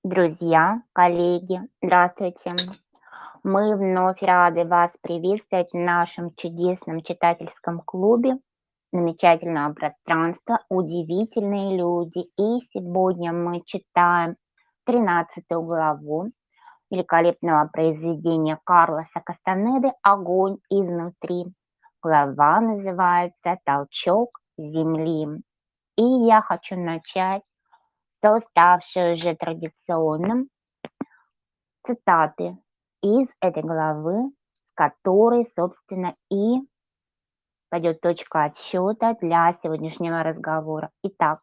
Друзья, коллеги, здравствуйте. Мы вновь рады вас приветствовать в нашем чудесном читательском клубе замечательного пространства «Удивительные люди». И сегодня мы читаем 13 главу великолепного произведения Карлоса Кастанеды «Огонь изнутри». Глава называется «Толчок земли». И я хочу начать с ставшей уже традиционным цитаты из этой главы, с которой, собственно, и пойдет точка отсчета для сегодняшнего разговора. Итак,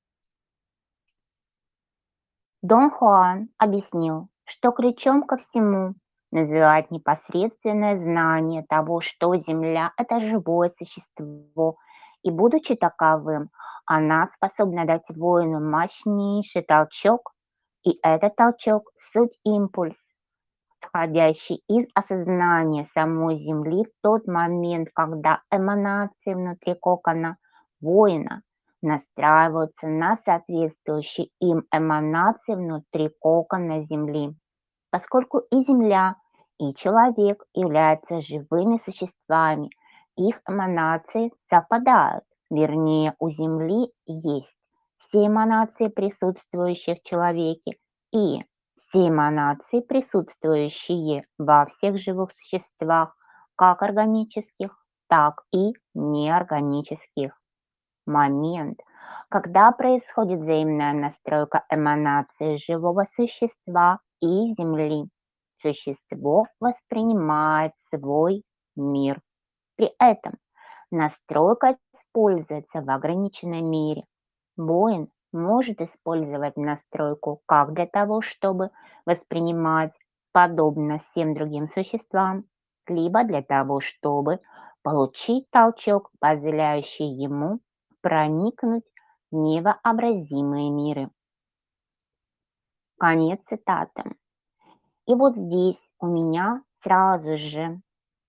Дон Хуан объяснил, что ключом ко всему называют непосредственное знание того, что Земля– это живое существо, и, будучи таковым, она способна дать воину мощнейший толчок, и этот толчок– суть импульс, исходящий из осознания самой Земли в тот момент, когда эманации внутри кокона воина настраиваются на соответствующие им эманации внутри кокона Земли. Поскольку и Земля, и человек являются живыми существами, их эманации совпадают, вернее, у Земли есть все эманации, присутствующие в человеке, и все эманации, присутствующие во всех живых существах, как органических, так и неорганических. Момент, когда происходит взаимная настройка эманации живого существа и Земли. Существо воспринимает свой мир. При этом настройка используется в ограниченной мере. Воин может использовать настройку как для того, чтобы воспринимать подобно всем другим существам, либо для того, чтобы получить толчок, позволяющий ему проникнуть в невообразимые миры. Конец цитаты. И вот здесь у меня сразу же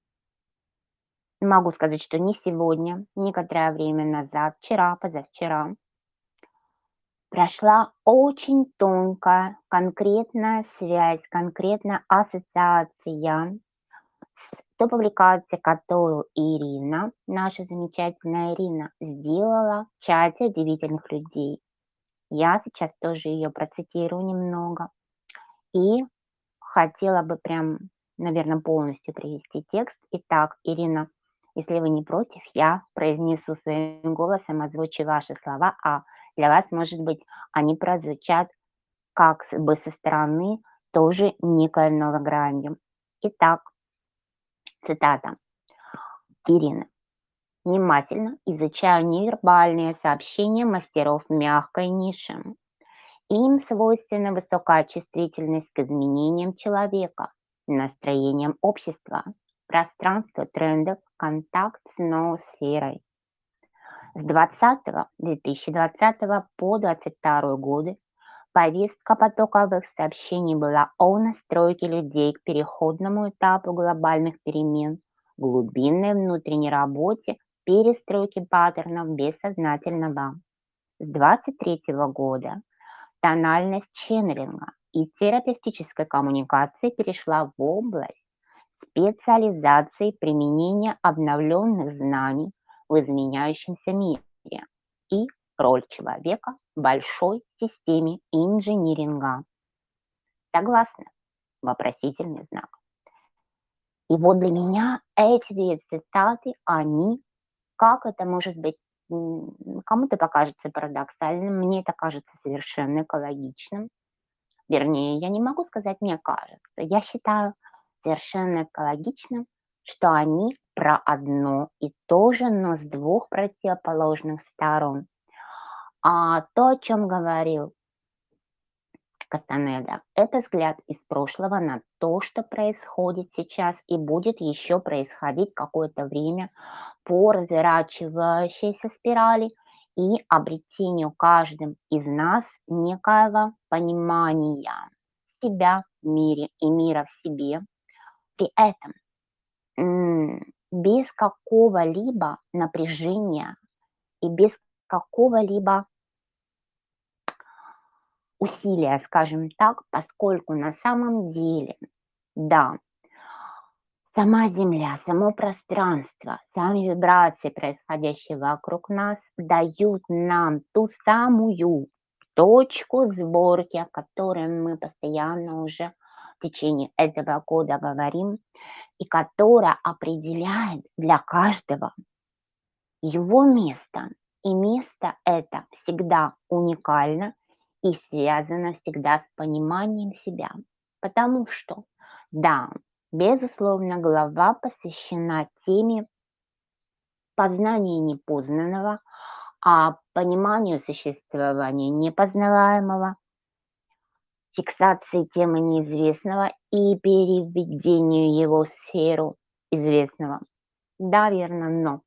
могу сказать, что не сегодня, некоторое время назад, вчера, позавчера, прошла очень тонкая, конкретная связь, конкретная ассоциация с той публикацией, которую Ирина, наша замечательная Ирина, сделала в чате удивительных людей. Я сейчас тоже ее процитирую немного. И хотела бы прям, наверное, полностью привести текст. Итак, Ирина, если вы не против, я произнесу своим голосом, озвучу ваши слова, а для вас, может быть, они прозвучат как бы со стороны тоже некой новой гранью. Итак, цитата Ирины. Внимательно изучаю невербальные сообщения мастеров мягкой ниши. Им свойственна высокая чувствительность к изменениям человека, настроениям общества, пространству трендов, контакт с ноосферой. С 2020 по 2022 годы повестка потоковых сообщений была о настройке людей к переходному этапу глобальных перемен, глубинной внутренней работе, перестройке паттернов бессознательного. С 2023 года тональность ченнелинга и терапевтической коммуникации перешла в область специализации применения обновленных знаний в изменяющемся мире и роль человека в большой системе инжиниринга. Согласны? Вопросительный знак. И вот для меня эти две цитаты, они, как это может быть, кому-то покажется парадоксальным, мне это кажется совершенно экологичным. Вернее, я не могу сказать «мне кажется». Я считаю совершенно экологичным, что они про одно и то же, но с двух противоположных сторон. А то, о чем говорил Кастанеда, это взгляд из прошлого на то, что происходит сейчас и будет еще происходить какое-то время по разворачивающейся спирали и обретению каждым из нас некоего понимания себя в мире и мира в себе. При этом без какого-либо напряжения и без какого-либо усилия, скажем так, поскольку на самом деле, да, сама Земля, само пространство, сами вибрации, происходящие вокруг нас, дают нам ту самую точку сборки, о которой мы постоянно уже в течение этого года говорим, и которая определяет для каждого его место. И место это всегда уникально и связано всегда с пониманием себя. Потому что, да, безусловно, глава посвящена теме познания непознанного, а пониманию существования непознаваемого, фиксации темы неизвестного и переведению его в сферу известного. Да, верно, но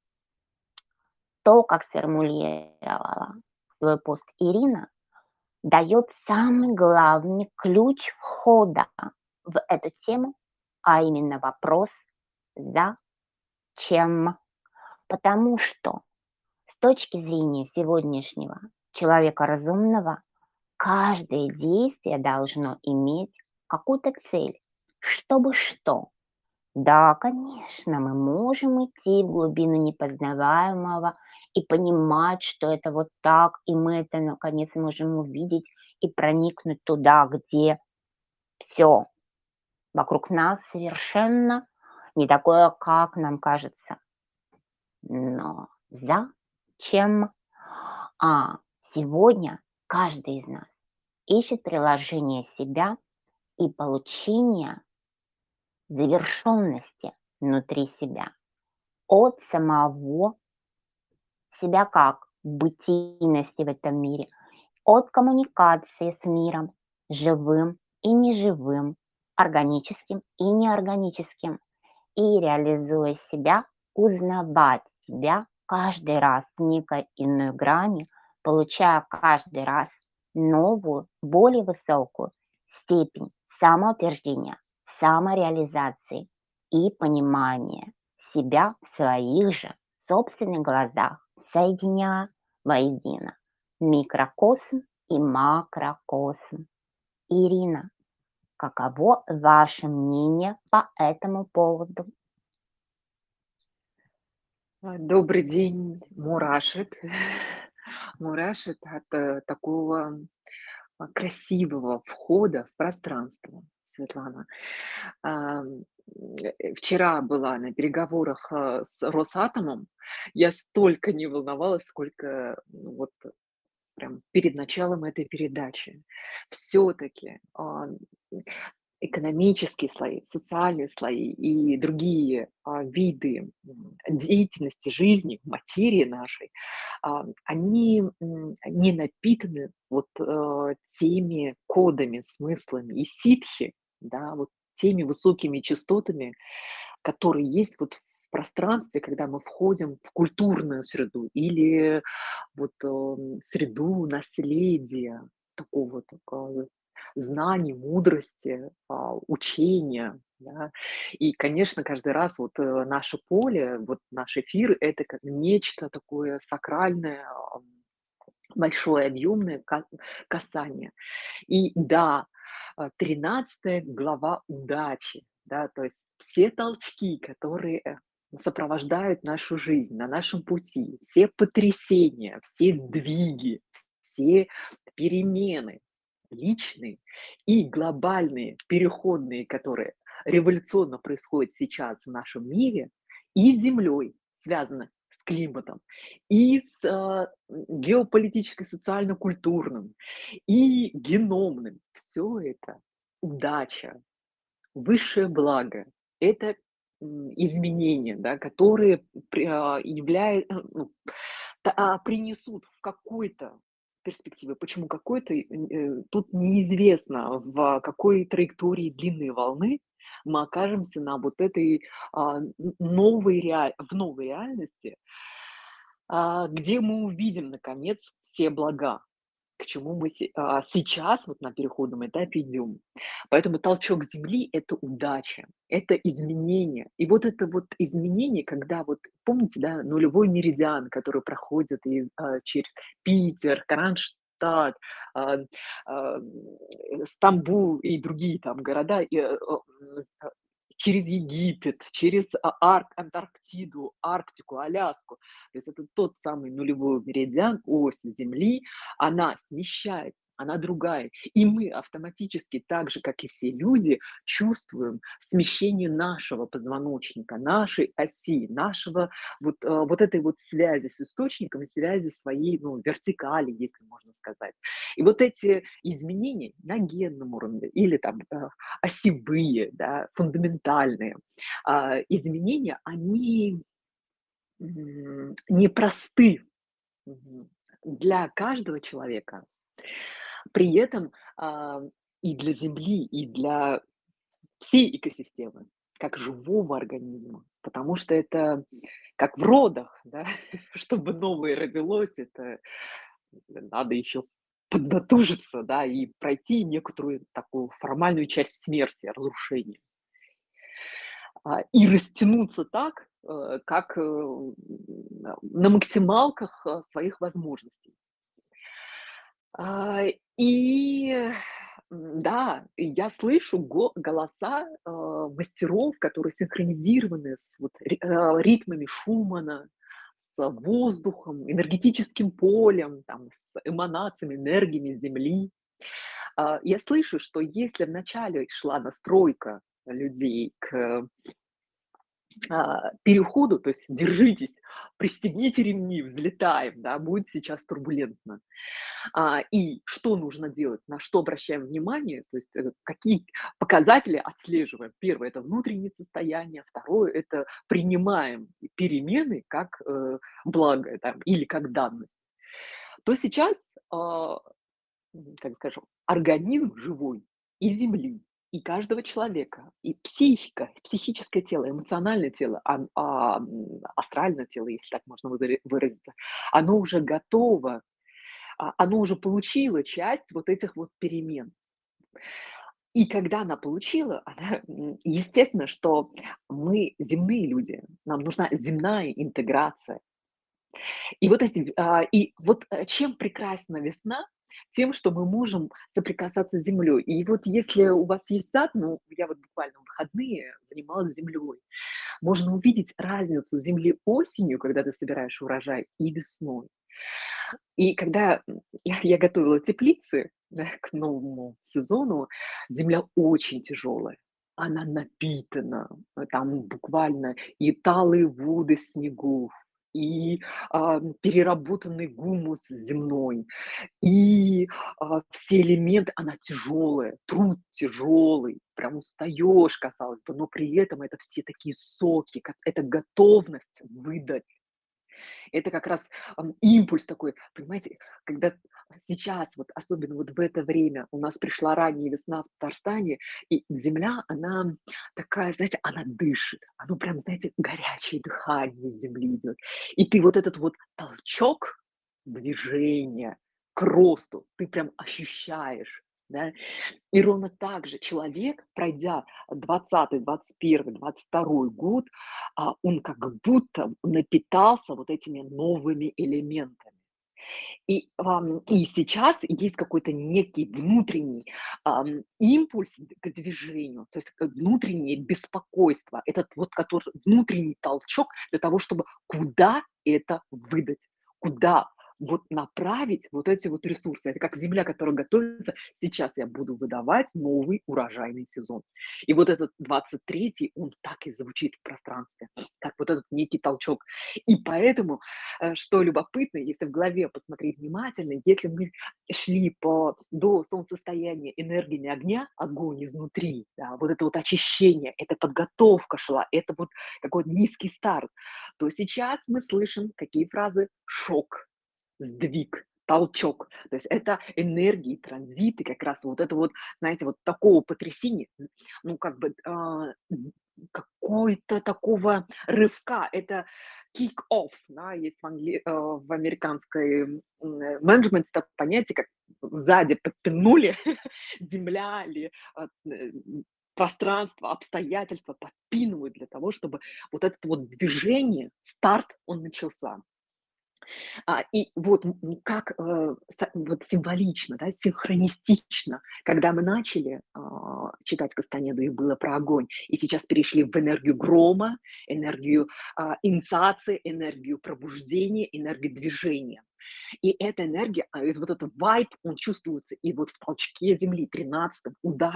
то, как сформулировала свой пост Ирина, дает самый главный ключ входа в эту тему, а именно вопрос «зачем?». Потому что с точки зрения сегодняшнего человека разумного, каждое действие должно иметь какую-то цель, чтобы что. Да, конечно, мы можем идти в глубины непознаваемого и понимать, что это вот так, и мы это наконец можем увидеть и проникнуть туда, где все вокруг нас совершенно не такое, как нам кажется. Но зачем? А сегодня каждый из нас ищет приложение себя и получение завершенности внутри себя от самого себя как бытийности в этом мире, от коммуникации с миром, живым и неживым, органическим и неорганическим, и, реализуя себя, узнавать себя каждый раз в некой иной грани, получая каждый раз новую, более высокую степень самоутверждения, самореализации и понимания себя в своих же собственных глазах, соединяя воедино микрокосм и макрокосм. Ирина, каково ваше мнение по этому поводу? Добрый день, мурашит. Мурашит от такого красивого входа в пространство, Светлана. Вчера была на переговорах с Росатомом. Я столько не волновалась, сколько вот прям перед началом этой передачи. Все-таки экономические слои, социальные слои и другие виды деятельности жизни, материи нашей, они не напитаны вот теми кодами, смыслами и ситхи, да, вот теми высокими частотами, которые есть вот в пространстве, когда мы входим в культурную среду или вот среду наследия такого, знаний, мудрости, учения, да. И, конечно, каждый раз вот наше поле, вот наш эфир — это как нечто такое сакральное, большое, объемное касание. И да, 13 глава удачи, да, то есть все толчки, которые сопровождают нашу жизнь на нашем пути, все потрясения, все сдвиги, все перемены личные и глобальные, переходные, которые революционно происходят сейчас в нашем мире, и с Землей связаны с климатом, и с геополитически социально-культурным, и геномным. Все это удача, высшее благо. Это изменения, да, которые ну, принесут в какой-то перспективе. Почему какой-то? Тут неизвестно, в какой траектории длины волны мы окажемся на вот этой в новой реальности, где мы увидим, наконец, все блага, к чему мы сейчас вот на переходном этапе идем. Поэтому толчок Земли — это удача, это изменение. И вот это вот изменение, когда вот, помните, да, нулевой меридиан, который проходит через Питер, Багдад, а, Стамбул и другие там города, через Египет, через Антарктиду, Арктику, Аляску. То есть это тот самый нулевой меридиан, ось Земли, она смещается, она другая. И мы автоматически, так же, как и все люди, чувствуем смещение нашего позвоночника, нашей оси, нашего вот этой вот связи с источником и связи своей, ну, вертикали, если можно сказать. И вот эти изменения на генном уровне или там осевые, да, фундаментальные изменения, они непросты для каждого человека. При этом и для Земли, и для всей экосистемы, как живого организма. Потому что это как в родах, да, чтобы новое родилось, это надо еще поднатужиться, да, и пройти некоторую такую формальную часть смерти, разрушения. И растянуться так, как на максималках своих возможностей. А, и, да, я слышу голоса, мастеров, которые синхронизированы с вот ритмами Шумана, с воздухом, энергетическим полем, там, с эманациями, энергиями Земли. Я слышу, что если вначале шла настройка людей к переходу, то есть держитесь, пристегните ремни, взлетаем, да, будет сейчас турбулентно. И что нужно делать, на что обращаем внимание, то есть какие показатели отслеживаем. Первое– это внутреннее состояние, второе– это принимаем перемены как благо там, или как данность. То сейчас, как скажем, организм живой и Земли, и каждого человека, и психика, психическое тело, эмоциональное тело, астральное тело, если так можно выразиться, оно уже готово, оно уже получило часть вот этих вот перемен. И когда она получила, она, естественно, что мы земные люди, нам нужна земная интеграция. И вот чем прекрасна весна? Тем, что мы можем соприкасаться с землей. И вот если у вас есть сад, ну, я вот буквально в выходные занималась землей, можно увидеть разницу земли осенью, когда ты собираешь урожай, и весной. И когда я готовила теплицы, да, к новому сезону, земля очень тяжелая. Она напитана, там буквально и талые воды снегов, и переработанный гумус земной, и все элементы, она тяжелая, труд тяжелый, прям устаешь, казалось бы, но при этом это все такие соки, это готовность выдать. Это как раз, импульс такой, понимаете, когда сейчас, вот особенно вот в это время у нас пришла ранняя весна в Татарстане, и земля, она такая, знаете, она дышит, оно прям, знаете, горячее дыхание с земли идет. И ты вот этот вот толчок движения к росту, ты прям ощущаешь, да. И ровно так же человек, пройдя 20-й, 21-й, 22-й год, он как будто напитался вот этими новыми элементами. И сейчас есть какой-то некий внутренний импульс к движению, то есть внутреннее беспокойство, этот вот который, внутренний толчок для того, чтобы куда это выдать, куда вот направить вот эти вот ресурсы. Это как земля, которая готовится. Сейчас я буду выдавать новый урожайный сезон. И вот этот 23-й, он так и звучит в пространстве, как вот этот некий толчок. И поэтому что любопытно, если в голове посмотреть внимательно, если мы шли до солнцестояния энергиями огня, огонь изнутри, да, вот это вот очищение, это подготовка шла, это вот какой-то низкий старт, то сейчас мы слышим какие фразы? Шок, сдвиг, толчок. То есть это энергии, транзиты, как раз вот это вот, знаете, вот такого потрясения, ну, как бы какой-то такого рывка. Это kick-off, да, есть в американской менеджменте такое понятие, как сзади подтянули, земля или пространство, обстоятельства подпинывают для того, чтобы вот это вот движение, старт, он начался. И вот, как, вот символично, да, синхронистично, когда мы начали, читать Кастанеду, и было про огонь, и сейчас перешли в энергию грома, энергию, инициации, энергию пробуждения, энергию движения. И эта энергия, и вот этот вайб, он чувствуется и вот в толчке Земли, 13-м,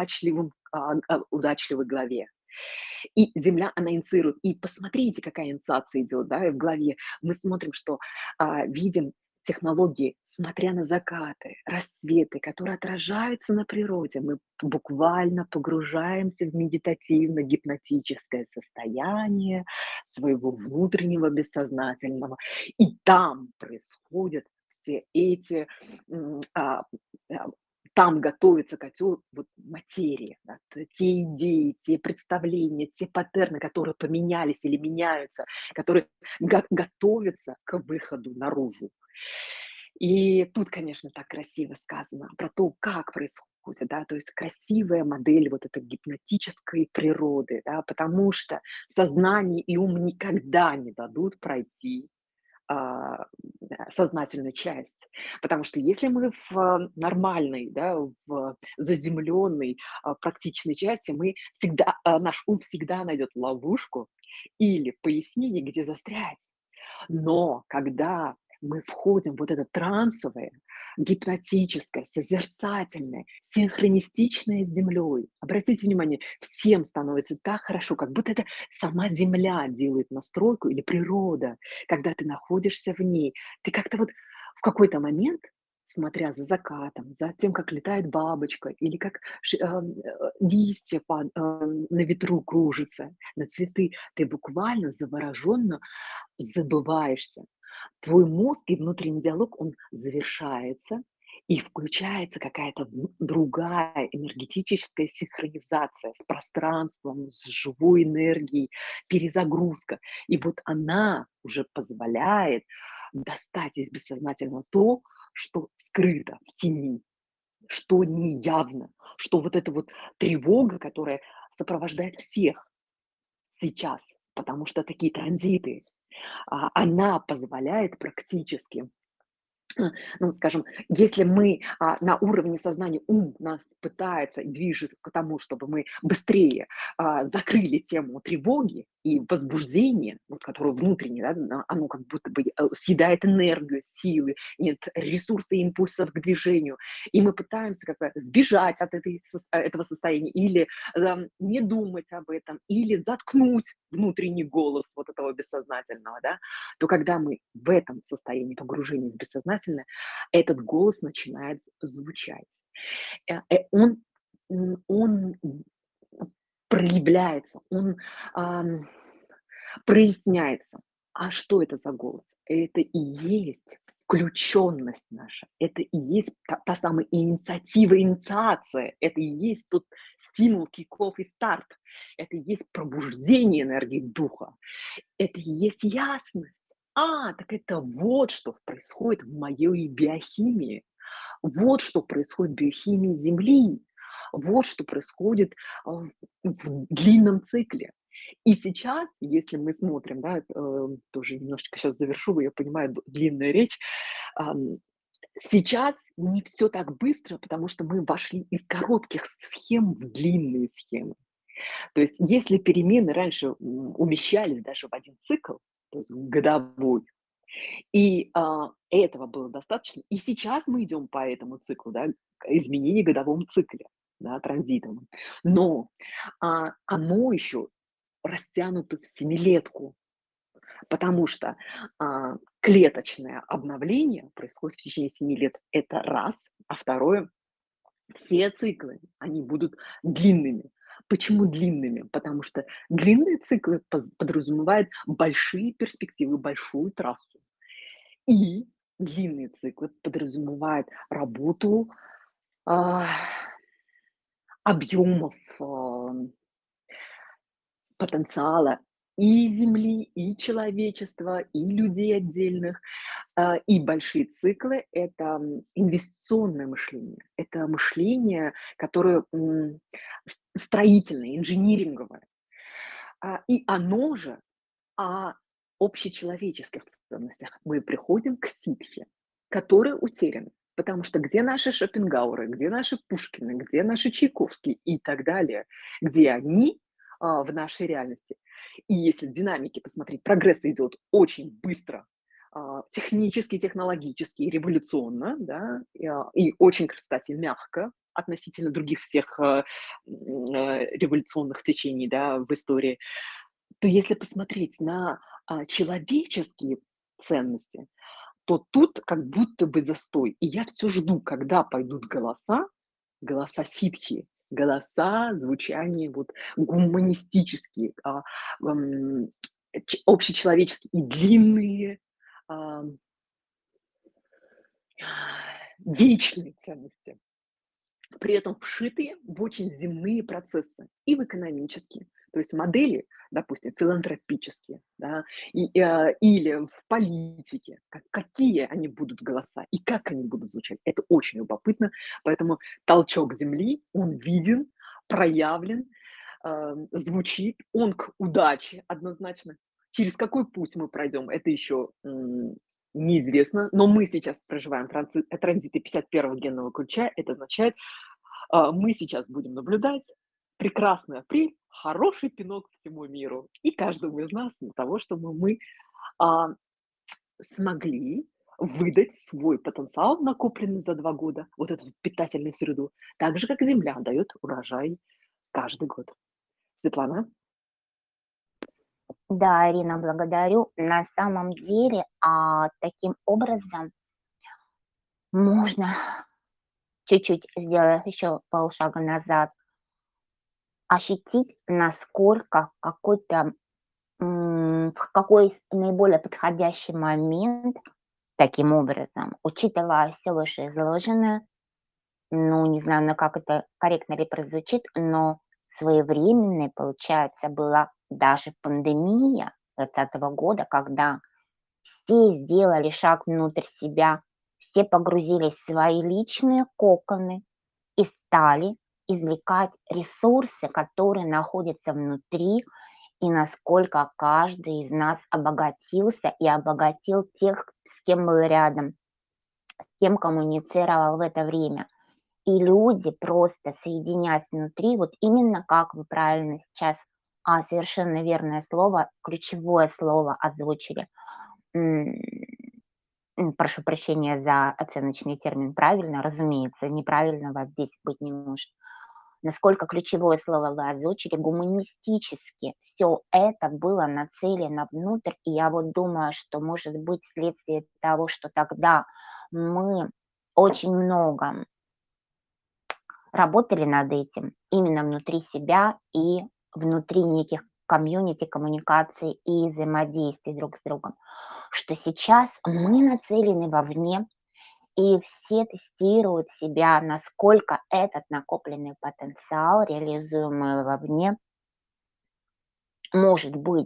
удачливой главе. И Земля, она инициирует. И посмотрите, какая инициация идет, да, и в голове. Мы смотрим, что видим технологии, смотря на закаты, рассветы, которые отражаются на природе. Мы буквально погружаемся в медитативно-гипнотическое состояние своего внутреннего бессознательного. И там происходят все эти м, а, а, там готовится котел вот материи, да, те идеи, те представления, те паттерны, которые поменялись или меняются, которые готовятся к выходу наружу. И тут, конечно, так красиво сказано про то, как происходит, да, то есть красивая модель вот этой гипнотической природы, да, потому что сознание и ум никогда не дадут пройти сознательную часть. Потому что если мы в нормальной, да, в заземленной, практичной части, мы всегда, наш ум всегда найдет ловушку или пояснение, где застрять. Но когда мы входим в вот это трансовое, гипнотическое, созерцательное, синхронистичное с Землей. Обратите внимание, всем становится так хорошо, как будто это сама Земля делает настройку или природа, когда ты находишься в ней. Ты как-то вот в какой-то момент, смотря за закатом, за тем, как летает бабочка, или как листья на ветру кружатся, на цветы, ты буквально завороженно забываешься. Твой мозг и внутренний диалог, он завершается, и включается какая-то другая энергетическая синхронизация с пространством, с живой энергией, перезагрузка. И вот она уже позволяет достать из бессознательного то, что скрыто в тени, что неявно, что вот эта вот тревога, которая сопровождает всех сейчас, потому что такие транзиты, она позволяет практически, ну, скажем, если мы на уровне сознания ум нас пытается и движет к тому, чтобы мы быстрее закрыли тему тревоги и возбуждения, вот, которое внутреннее, да, оно как будто бы съедает энергию, силы, нет ресурса и импульсов к движению, и мы пытаемся как-то сбежать от этого состояния или не думать об этом, или заткнуть внутренний голос вот этого бессознательного, да, то когда мы в этом состоянии погружения в бессознательное, этот голос начинает звучать. Он, он проявляется, он ам, проясняется. А что это за голос? Это и есть включенность наша, это и есть та самая инициатива, инициация, это и есть тот стимул, кик-офф и старт, это и есть пробуждение энергии духа. Это и есть ясность. Так это вот что происходит в моей биохимии. Вот что происходит в биохимии Земли. Вот что происходит в длинном цикле. И сейчас, если мы смотрим, да, тоже немножечко сейчас завершу, я понимаю, длинная речь. ам, Сейчас не все так быстро, потому что мы вошли из коротких схем в длинные схемы. То есть если перемены раньше, умещались даже в один цикл, то есть годовой, и, этого было достаточно, и сейчас мы идем по этому циклу, да, к изменений в годовом цикле, да, транзитом. Но, оно еще растянуто в семилетку, потому что, клеточное обновление происходит в течение 7 лет. Это раз. А второе, все циклы, они будут длинными. Почему длинными? Потому что длинные циклы подразумевают большие перспективы, большую трассу. И длинные циклы подразумевают работу а, объемов потенциала и Земли, и человечества, и людей отдельных. И большие циклы — это инвестиционное мышление. Это мышление, которое строительное, инжиниринговое. И оно же а, общечеловеческих ценностях мы приходим к ситхе, которые утеряны. Потому что где наши Шопенгауэры, где наши Пушкины, где наши Чайковские и так далее, где они в нашей реальности? И если в динамике посмотреть, прогресс идет очень быстро, технически, технологически, революционно, да, и очень, кстати, мягко относительно других всех революционных течений, да, в истории, то если посмотреть на человеческие ценности, то тут как будто бы застой. И я все жду, когда пойдут голоса, голоса ситхи, голоса, звучание вот гуманистические, общечеловеческие и длинные, ам, вечные ценности, при этом вшитые в очень земные процессы и в экономические. То есть модели, допустим, филантропические, да, или в политике. Какие они будут голоса и как они будут звучать. Это очень любопытно. Поэтому толчок земли, он виден, проявлен, звучит, он к удаче однозначно. Через какой путь мы пройдем, это еще неизвестно, но мы сейчас проживаем транзиты 51-го генного ключа. Это означает, мы сейчас будем наблюдать прекрасный апрель, хороший пинок всему миру и каждому из нас для того, чтобы мы а, смогли выдать свой потенциал, накопленный за 2 года, вот эту питательную среду, так же, как Земля дает урожай каждый год. Светлана? Да, Ирина, благодарю. На самом деле, таким образом можно, чуть-чуть сделав еще полшага назад, ощутить, насколько в какой наиболее подходящий момент таким образом, учитывая все вышеизложенное, ну, не знаю, как это корректно ли прозвучит, но своевременной, получается, была даже пандемия 2020 года, когда все сделали шаг внутрь себя, все погрузились в свои личные коконы и стали извлекать ресурсы, которые находятся внутри, и насколько каждый из нас обогатился и обогатил тех, с кем был рядом, с кем коммуницировал в это время. И люди просто соединяясь внутри, вот именно как вы правильно сейчас, совершенно верное слово, ключевое слово озвучили. М, Прошу прощения за оценочный термин, правильно, разумеется, неправильного здесь быть не может. Насколько ключевое слово вы озвучили, гуманистически все это было нацелено внутрь, и я вот думаю, что может быть следствие того, что тогда мы очень много работали над этим именно внутри себя и внутри неких комьюнити, коммуникаций и взаимодействий друг с другом, что сейчас мы нацелены вовне, и все тестируют себя, насколько этот накопленный потенциал, реализуемый вовне, может быть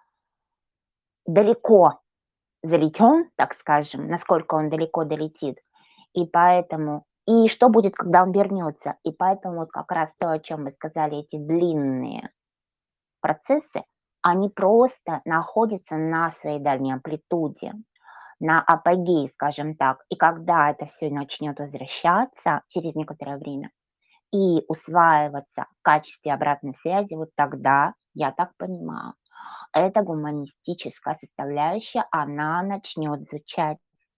далеко залетен, так скажем, насколько он далеко долетит. И поэтому, и что будет, когда он вернется. И поэтому вот как раз то, о чем вы сказали, эти длинные процессы, они просто находятся на своей дальней амплитуде, на апогее, скажем так. И когда это все начнет возвращаться через некоторое время и усваиваться в качестве обратной связи, вот тогда, я так понимаю, эта гуманистическая составляющая, она начнет звучать.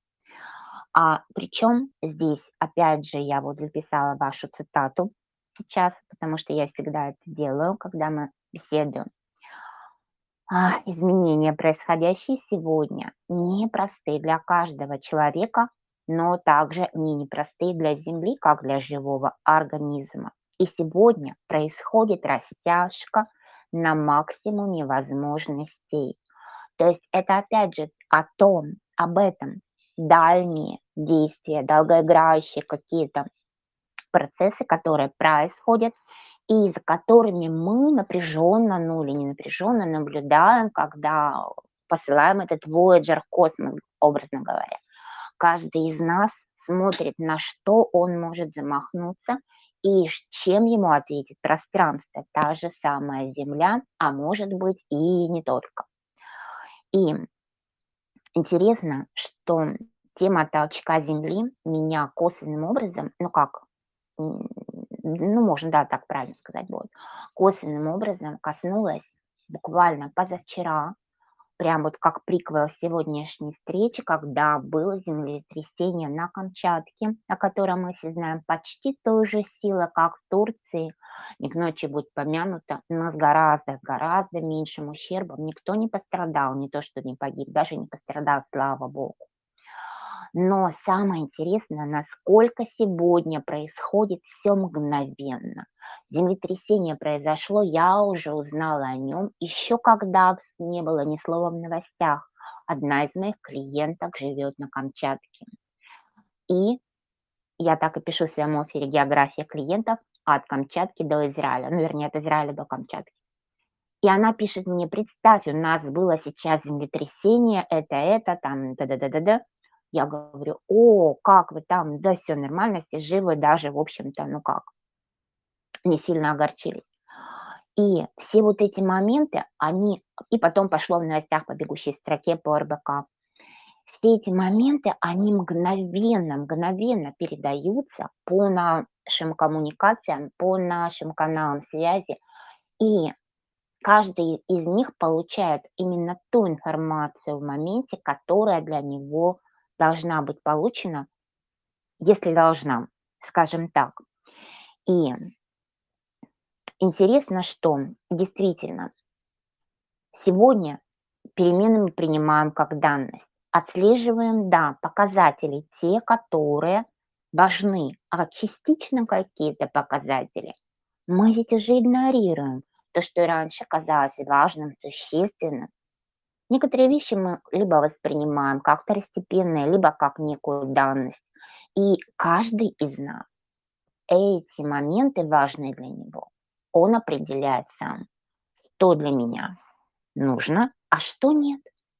Причем здесь, опять же, я вот записала вашу цитату сейчас, потому что я всегда это делаю, когда мы беседуем. Изменения, происходящие сегодня, непросты для каждого человека, но также не непросты для Земли, как для живого организма. И сегодня происходит растяжка на максимуме возможностей. То есть это опять же об этом дальние действия, долгоиграющие какие-то процессы, которые происходят и за которыми мы напряженно, ну или не напряженно наблюдаем, когда посылаем этот Voyager в космос, образно говоря. Каждый из нас смотрит, на что он может замахнуться и чем ему ответит пространство, та же самая Земля, а может быть и не только. И интересно, что тема толчка Земли меня косвенным образом, ну как, ну, можно, да, так правильно сказать будет, косвенным образом коснулась буквально позавчера, прям вот как приквел сегодняшней встречи, когда было землетрясение на Камчатке, о котором мы все знаем, почти той же силы, как в Турции. Не к ночи будет помянуто, но с гораздо меньшим ущербом. Никто не пострадал, не то что не погиб, даже не пострадал, слава богу. Но самое интересное, насколько сегодня происходит все мгновенно. Землетрясение произошло, я уже узнала о нем еще когда не было ни слова в новостях. Одна из моих клиенток живет на Камчатке. И я так и пишу в своем оффере «География клиентов» от Камчатки до Израиля, ну, вернее, от Израиля до Камчатки. И она пишет мне: «Представь, у нас было сейчас землетрясение, это, там, да-да-да-да-да». Я говорю: «О, как вы там?» «Да все нормально, все живы, даже, в общем-то, ну как, не сильно огорчились». И все вот эти моменты, они и потом пошло в новостях по бегущей строке, по РБК. Все эти моменты, они мгновенно передаются по нашим коммуникациям, по нашим каналам связи. И каждый из них получает именно ту информацию в моменте, которая для него должна быть получена, если должна, скажем так. И интересно, что действительно сегодня перемены мы принимаем как данность. Отслеживаем, да, показатели, те, которые важны, а частично какие-то показатели мы ведь уже игнорируем. То, что раньше казалось важным, существенным. Некоторые вещи мы либо воспринимаем как второстепенные, либо как некую данность. И каждый из нас эти моменты важные для него. Он определяет сам, что для меня нужно, а что нет.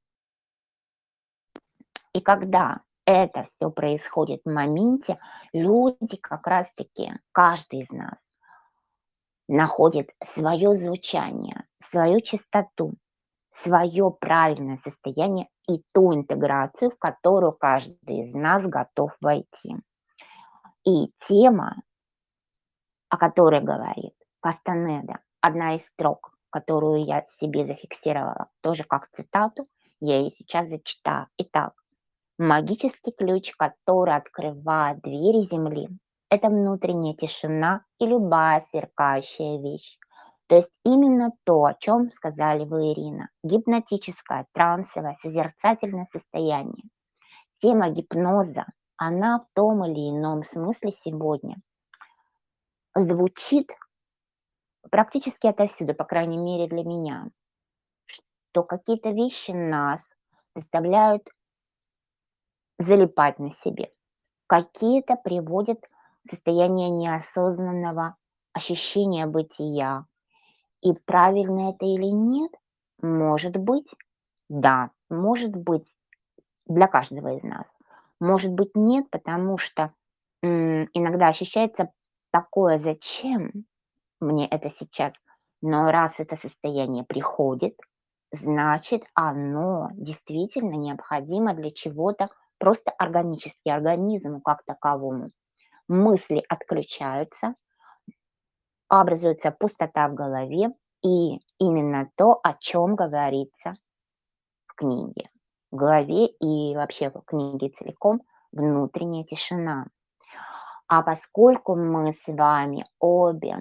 И когда это все происходит в моменте, люди как раз-таки, каждый из нас находит свое звучание, свою частоту, свое правильное состояние и ту интеграцию, в которую каждый из нас готов войти. И тема, о которой говорит Кастанеда, одна из строк, которую я себе зафиксировала, тоже как цитату, я ее сейчас зачитаю. Итак: «Магический ключ, который открывает двери Земли — это внутренняя тишина и любая сверкающая вещь». То есть именно то, о чем сказали вы, Ирина. Гипнотическое, трансовое, созерцательное состояние. Тема гипноза, она в том или ином смысле сегодня звучит практически отовсюду, по крайней мере для меня, то какие-то вещи нас заставляют залипать на себе. Какие-то приводят в состояние неосознанного ощущения бытия. И правильно это или нет, может быть, да, может быть, для каждого из нас. Может быть, нет, потому что иногда ощущается такое: «Зачем мне это сейчас?» Но раз это состояние приходит, значит, оно действительно необходимо для чего-то просто органически, организму как таковому. Мысли отключаются, образуется пустота в голове, и именно то, о чем говорится в книге. В главе и вообще в книге целиком внутренняя тишина. А поскольку мы с вами обе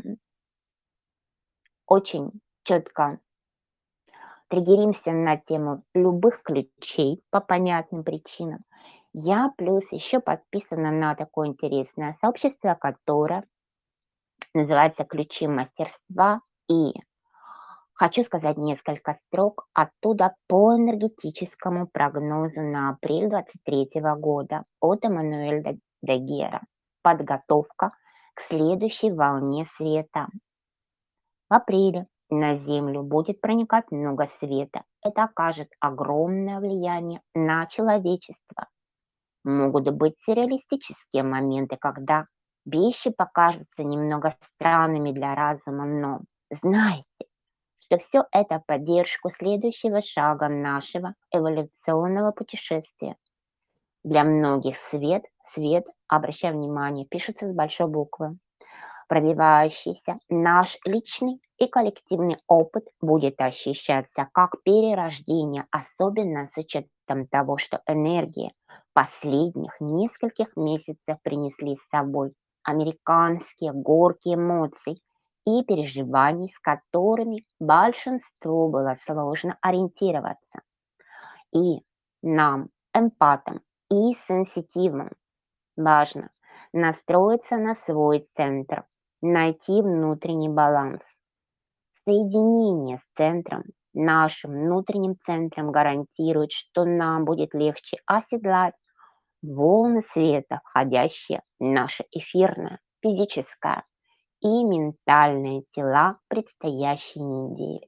очень четко триггеримся на тему любых ключей по понятным причинам, я плюс еще подписана на такое интересное сообщество, которое называется «Ключи мастерства». И хочу сказать несколько строк оттуда по энергетическому прогнозу на апрель 2023 года от Эммануэля Дагера. Подготовка к следующей волне света. В апреле на Землю будет проникать много света. Это окажет огромное влияние на человечество. Могут быть сюрреалистические моменты, когда вещи покажутся немного странными для разума, но знаете, что все это в поддержку следующего шага нашего эволюционного путешествия. Для многих свет, обращай внимание, пишется с большой буквы. Пробивающийся наш личный и коллективный опыт будет ощущаться как перерождение, особенно с учетом того, что энергия последних нескольких месяцев принесли с собой американские горки эмоций и переживаний, с которыми большинству было сложно ориентироваться. И нам, эмпатам и сенситивным, важно настроиться на свой центр, найти внутренний баланс. Соединение с центром, нашим внутренним центром гарантирует, что нам будет легче оседлать волны света, входящие в наше эфирное, физическое и ментальное тела предстоящей недели.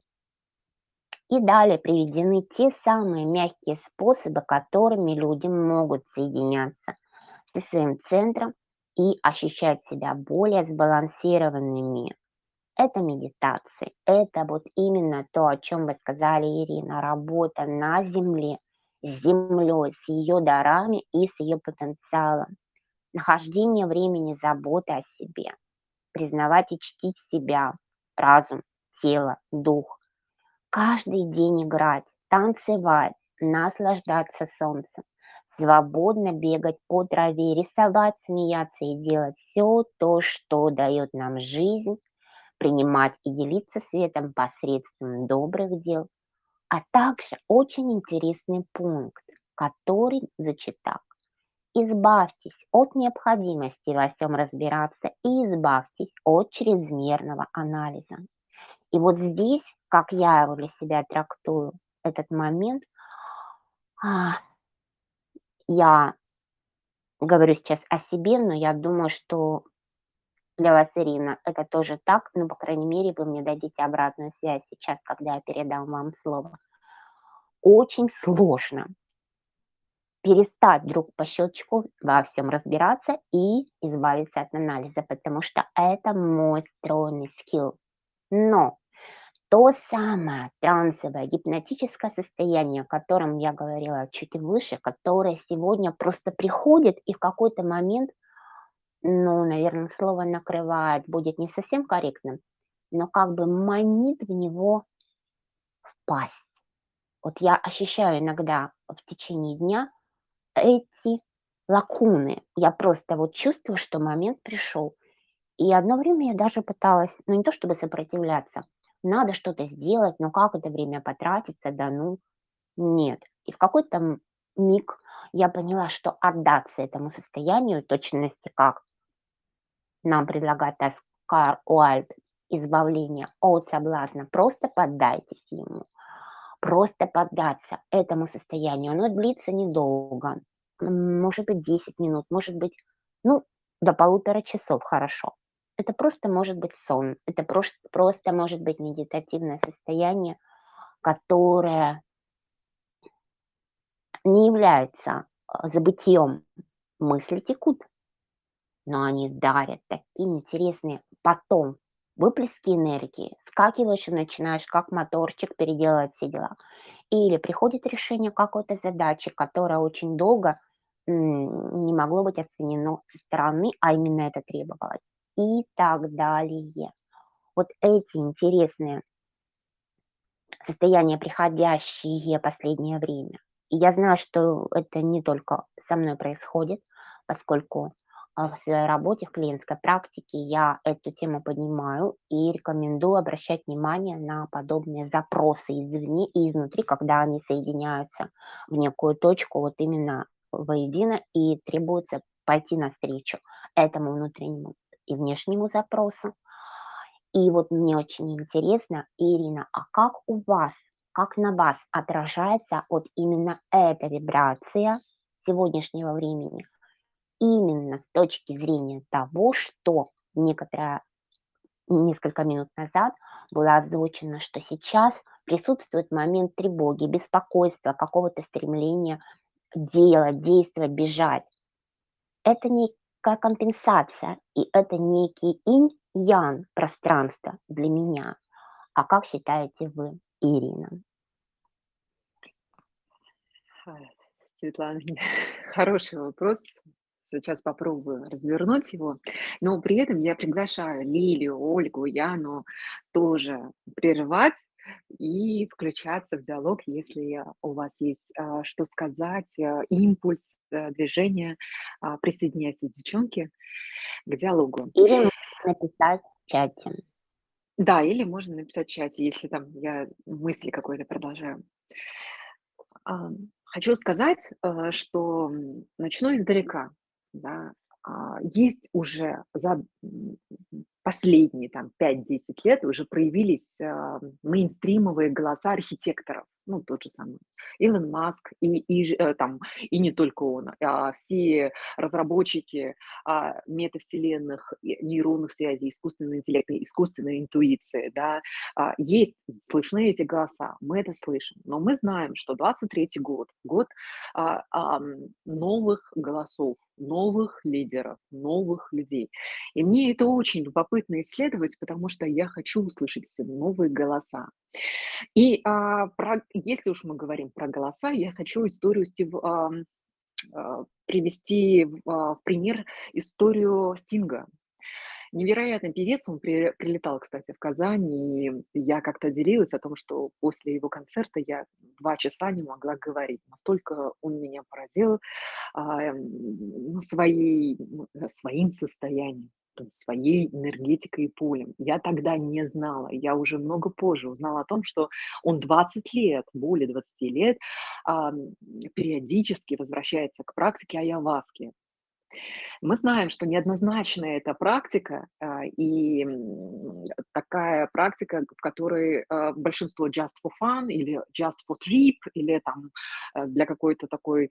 И далее приведены те самые мягкие способы, которыми люди могут соединяться со своим центром и ощущать себя более сбалансированными. Это медитации, это вот именно то, о чем вы сказали, Ирина, работа на Земле, с Землей, с ее дарами и с ее потенциалом, нахождение времени заботы о себе, признавать и чтить себя, разум, тело, дух, каждый день играть, танцевать, наслаждаться солнцем, свободно бегать по траве, рисовать, смеяться и делать все то, что дает нам жизнь, принимать и делиться светом посредством добрых дел, а также очень интересный пункт, который звучит так. Избавьтесь от необходимости во всем разбираться и избавьтесь от чрезмерного анализа. И вот здесь, как я его для себя трактую, этот момент, а, я говорю сейчас о себе, но я думаю, что для вас, Ирина, это тоже так, ну, по крайней мере, вы мне дадите обратную связь сейчас, когда я передам вам слово. Очень сложно перестать вдруг по щелчку во всем разбираться и избавиться от анализа, потому что это мой встроенный скилл. Но то самое трансовое гипнотическое состояние, о котором я говорила чуть выше, которое сегодня просто приходит и в какой-то момент, ну, наверное, слово накрывает будет не совсем корректным, но как бы манит в него впасть. Вот я ощущаю иногда в течение дня эти лакуны. Я просто вот чувствую, что момент пришел. И одно время я даже пыталась, ну не то чтобы сопротивляться, надо что-то сделать, но как это время потратится, да ну, нет. И в какой-то миг я поняла, что отдаться этому состоянию, точности как нам предлагает Оскар Уайльд, избавление от соблазна, просто поддайтесь ему, просто поддаться этому состоянию. Оно длится недолго, может быть 10 минут, может быть, ну, до 1,5 часов хорошо. Это просто может быть сон, это просто может быть медитативное состояние, которое не является забытьем. Мысли текут, но они дарят такие интересные потом выплески энергии. Скакиваешь и начинаешь как моторчик переделывать все дела. Или приходит решение какой-то задачи, которая очень долго не могло быть оценено со стороны, а именно это требовалось. И так далее. Вот эти интересные состояния, приходящие последнее время. И я знаю, что это не только со мной происходит, поскольку в своей работе, в клиентской практике я эту тему поднимаю и рекомендую обращать внимание на подобные запросы извне и изнутри, когда они соединяются в некую точку, вот именно воедино, и требуется пойти навстречу этому внутреннему и внешнему запросу. И вот мне очень интересно, Ирина, а как у вас, как на вас отражается вот именно эта вибрация сегодняшнего времени? Именно с точки зрения того, что несколько минут назад было озвучено, что сейчас присутствует момент тревоги, беспокойства, какого-то стремления делать, действовать, бежать. Это некая компенсация, и это некий инь-ян пространство для меня. А как считаете вы, Ирина? Ай, Светлана, хороший вопрос. Сейчас попробую развернуть его. Но при этом я приглашаю Лилию, Ольгу, Яну тоже прерывать и включаться в диалог, если у вас есть что сказать, импульс, движение. Присоединяйтесь, девчонки, к диалогу. Или можно написать в чате. Да, или можно написать в чате, если там я мысли какой-то продолжаю. Хочу сказать, что, начну издалека, да. Есть уже за, последние там 5-10 лет уже проявились, мейнстримовые голоса архитекторов. Ну, тот же самый Илон Маск там, и не только он, а все разработчики, метавселенных, нейронных связей, искусственного интеллекта, искусственной интуиции, да. Есть, слышны эти голоса, мы это слышим, но мы знаем, что 23-й год новых голосов, новых лидеров, новых людей. И мне это очень любопытно исследовать, потому что я хочу услышать все новые голоса. И если уж мы говорим про голоса, я хочу историю привести в пример историю Стинга. Невероятный певец, он прилетал, кстати, в Казань, и я как-то делилась о том, что после его концерта я 2 часа не могла говорить. Настолько он меня поразил, своим состоянием, своей энергетикой и полем. Я тогда не знала, я уже много позже узнала о том, что он 20 лет, более 20 лет, периодически возвращается к практике айаваски. Мы знаем, что неоднозначная эта практика, такая практика, в которой, большинство just for fun или just for trip, или там, для какой-то такой,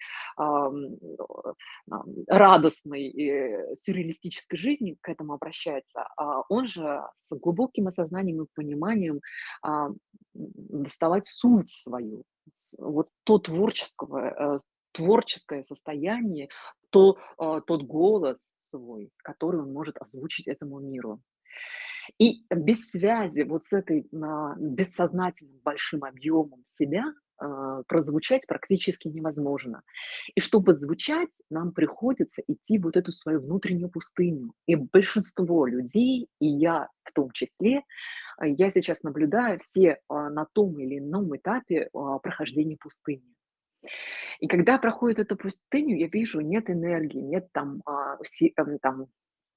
радостной, сюрреалистической жизни к этому обращается. Он же с глубоким осознанием и пониманием, доставать суть свою, вот то творческое состояние, тот голос свой, который он может озвучить этому миру. И без связи вот с этой, бессознательным большим объемом себя, прозвучать практически невозможно. И чтобы звучать, нам приходится идти вот эту свою внутреннюю пустыню. И большинство людей, и я в том числе, я сейчас наблюдаю все, на том или ином этапе, прохождения пустыни. И когда проходит эту пустыню, я вижу, нет энергии, нет там, там,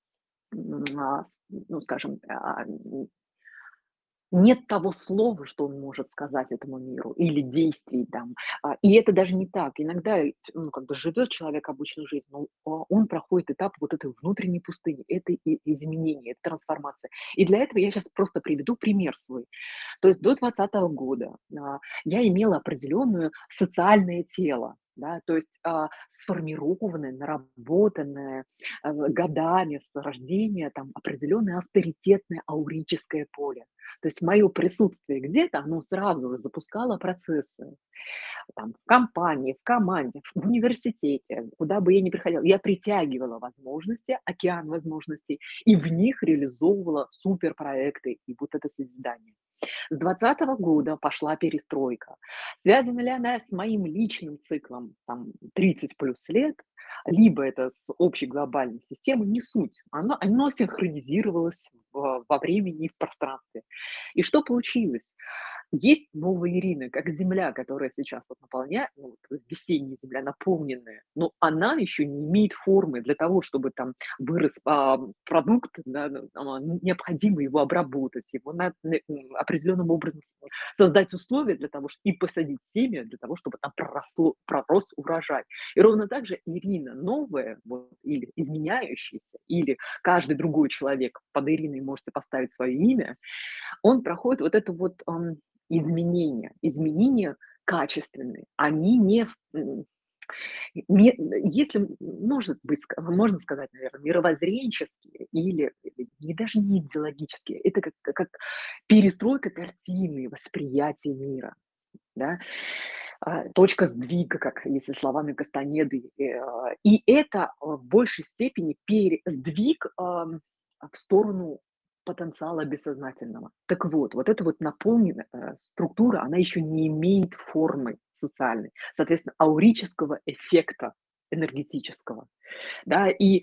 ну, скажем, нет того слова, что он может сказать этому миру, или действий там. И это даже не так. Иногда, ну, как бы живет человек обычную жизнь, но он проходит этап вот этой внутренней пустыни, это изменение, это трансформация. И для этого я сейчас просто приведу пример свой. То есть до 2020 года я имела определенное социальное тело, да, то есть сформированное, наработанное годами с рождения там определенное авторитетное аурическое поле. То есть мое присутствие где-то, оно сразу же запускало процессы там, в компании, в команде, в университете, куда бы я ни приходила, я притягивала возможности, океан возможностей, и в них реализовывала суперпроекты и вот это созидание. С 2020 года пошла перестройка. Связана ли она с моим личным циклом, там, 30 плюс лет, либо это с общей глобальной системой, не суть. Оно синхронизировалось во времени и в пространстве. И что получилось? Есть новая Ирина, как земля, которая сейчас вот наполняет, ну, вот весенняя земля наполненная, но она еще не имеет формы для того, чтобы там вырос продукт, да, ну, необходимо его обработать, его надо определенным образом создать условия для того, и посадить семя для того, чтобы там пророс урожай. И ровно так же Ирина новая, вот, или изменяющаяся, или каждый другой человек под Ириной можете поставить свое имя, он проходит вот это вот изменения качественные. Они если может быть, можно сказать, наверное, мировоззренческие или не даже не идеологические. Это как перестройка картины, восприятия мира, да, точка сдвига, как если словами Кастанеды. И это в большей степени сдвиг в сторону потенциала бессознательного. Так вот, вот эта вот наполненная структура, она еще не имеет формы социальной, соответственно, аурического эффекта энергетического, да, и